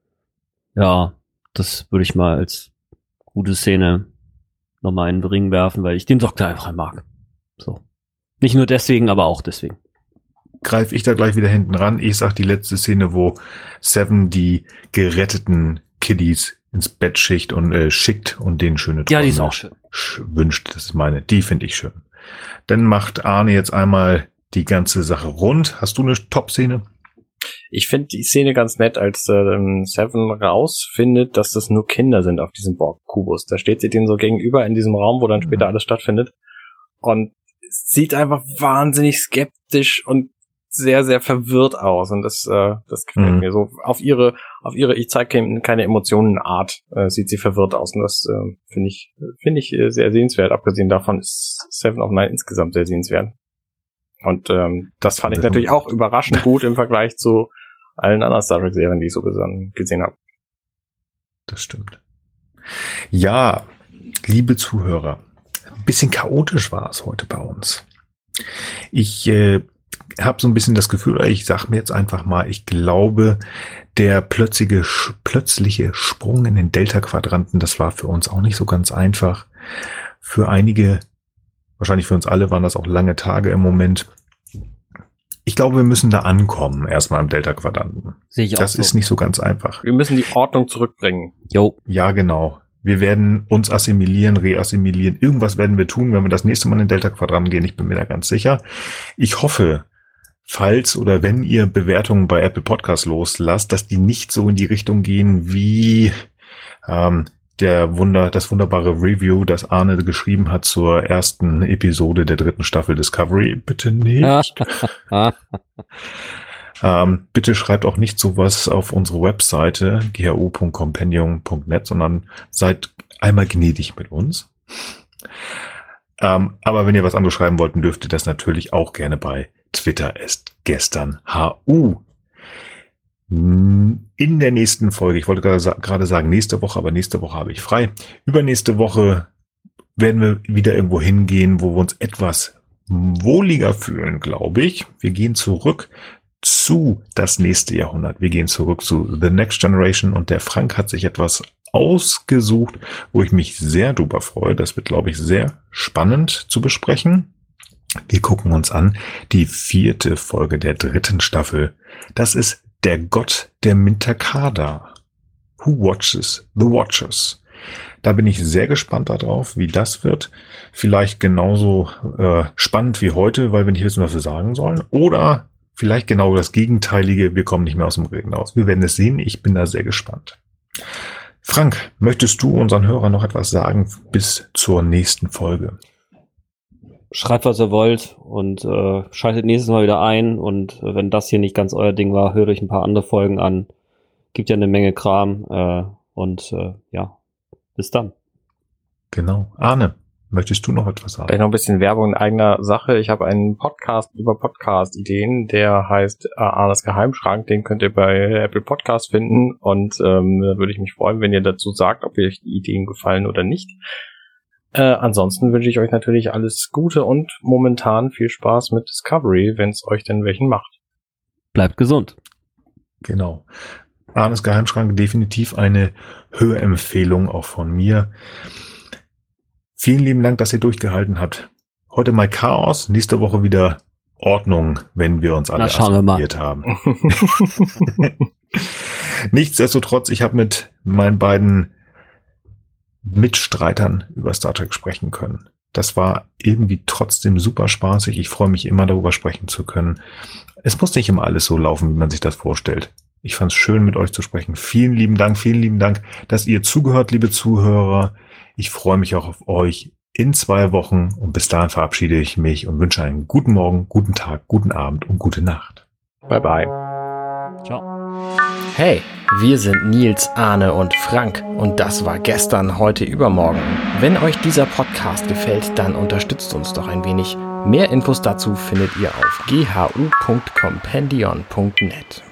ja, das würde ich mal als gute Szene nochmal in den Ring werfen, weil ich den Doktor einfach mag. So. Nicht nur deswegen, aber auch deswegen. Greife ich da gleich wieder hinten ran. Ich sag die letzte Szene, wo Seven die geretteten Kiddies ins Bett schickt und äh, schickt und denen schöne Träume Ja, die ist auch schön. sch- wünscht. Das ist meine. Die finde ich schön. Dann macht Arne jetzt einmal die ganze Sache rund. Hast du eine Top-Szene? Ich finde die Szene ganz nett, als ähm, Seven rausfindet, dass das nur Kinder sind auf diesem Borg-Kubus. Da steht sie denen so gegenüber in diesem Raum, wo dann später alles stattfindet. Und sieht einfach wahnsinnig skeptisch und sehr, sehr verwirrt aus. Und das, äh, das gefällt Mhm. mir so. Auf ihre, auf ihre, ich zeige keine Emotionen Art, äh, sieht sie verwirrt aus. Und das äh, finde ich, finde ich äh, sehr sehenswert. Abgesehen davon ist Seven of Nine insgesamt sehr sehenswert. Und ähm, das fand ich Das- natürlich auch überraschend gut im Vergleich zu allen anderen Star Trek Serien, die ich so gesan- gesehen habe. Das stimmt. Ja, liebe Zuhörer, ein bisschen chaotisch war es heute bei uns. Ich äh, habe so ein bisschen das Gefühl, oder ich sag mir jetzt einfach mal, ich glaube, der plötzliche, sch- plötzliche Sprung in den Delta-Quadranten, das war für uns auch nicht so ganz einfach. Für einige, wahrscheinlich für uns alle, waren das auch lange Tage im Moment. Ich glaube, wir müssen da ankommen, erstmal im Delta-Quadranten. Sehe ich auch Das so. ist nicht so ganz einfach. Wir müssen die Ordnung zurückbringen. Jo. Ja, genau. Wir werden uns assimilieren, reassimilieren. Irgendwas werden wir tun, wenn wir das nächste Mal in den Delta-Quadranten gehen. Ich bin mir da ganz sicher. Ich hoffe, falls oder wenn ihr Bewertungen bei Apple Podcasts loslasst, dass die nicht so in die Richtung gehen wie ähm, der Wunder, das wunderbare Review, das Arne geschrieben hat zur ersten Episode der dritten Staffel Discovery. Bitte nicht. Ah, Ähm, bitte schreibt auch nicht sowas auf unsere Webseite g h u punkt compendium punkt net, sondern seid einmal gnädig mit uns. Ähm, aber wenn ihr was anderes schreiben wollt, dürft ihr das natürlich auch gerne bei Twitter ist gestern H U. In der nächsten Folge, ich wollte gerade sa- gerade sagen nächste Woche, aber nächste Woche habe ich frei. Übernächste Woche werden wir wieder irgendwo hingehen, wo wir uns etwas wohliger fühlen, glaube ich. Wir gehen zurück zu das nächste Jahrhundert. Wir gehen zurück zu The Next Generation und der Frank hat sich etwas ausgesucht, wo ich mich sehr drüber freue. Das wird, glaube ich, sehr spannend zu besprechen. Wir gucken uns an die vierte Folge der dritten Staffel. Das ist der Gott der Mintakada. Who watches the Watchers? Da bin ich sehr gespannt darauf, wie das wird. Vielleicht genauso äh, spannend wie heute, weil wir nicht wissen, was wir sagen sollen. Oder vielleicht genau das Gegenteilige, wir kommen nicht mehr aus dem Reden raus. Wir werden es sehen, ich bin da sehr gespannt. Frank, möchtest du unseren Hörern noch etwas sagen bis zur nächsten Folge? Schreibt, was ihr wollt und äh, schaltet nächstes Mal wieder ein. Und äh, wenn das hier nicht ganz euer Ding war, hört euch ein paar andere Folgen an. Gibt ja eine Menge Kram. Äh, und äh, ja, bis dann. Genau. Arne, möchtest du noch etwas sagen? Vielleicht noch ein bisschen Werbung in eigener Sache. Ich habe einen Podcast über Podcast-Ideen, der heißt äh, Arnes Geheimschrank. Den könnt ihr bei Apple Podcast finden. Und ähm, da würde ich mich freuen, wenn ihr dazu sagt, ob euch die Ideen gefallen oder nicht. Äh, ansonsten wünsche ich euch natürlich alles Gute und momentan viel Spaß mit Discovery, wenn es euch denn welchen macht. Bleibt gesund. Genau. Arnes Geheimschrank, definitiv eine Hörempfehlung auch von mir. Vielen lieben Dank, dass ihr durchgehalten habt. Heute mal Chaos, nächste Woche wieder Ordnung, wenn wir uns alle assoziiert haben. Nichtsdestotrotz, ich habe mit meinen beiden Mitstreitern über Star Trek sprechen können. Das war irgendwie trotzdem super spaßig. Ich freue mich immer, darüber sprechen zu können. Es muss nicht immer alles so laufen, wie man sich das vorstellt. Ich fand es schön, mit euch zu sprechen. Vielen lieben Dank, vielen lieben Dank, dass ihr zugehört, liebe Zuhörer. Ich freue mich auch auf euch in zwei Wochen und bis dahin verabschiede ich mich und wünsche einen guten Morgen, guten Tag, guten Abend und gute Nacht. Bye bye. Ciao. Hey, wir sind Nils, Arne und Frank und das war gestern, heute, übermorgen. Wenn euch dieser Podcast gefällt, dann unterstützt uns doch ein wenig. Mehr Infos dazu findet ihr auf g h u punkt compendion punkt net.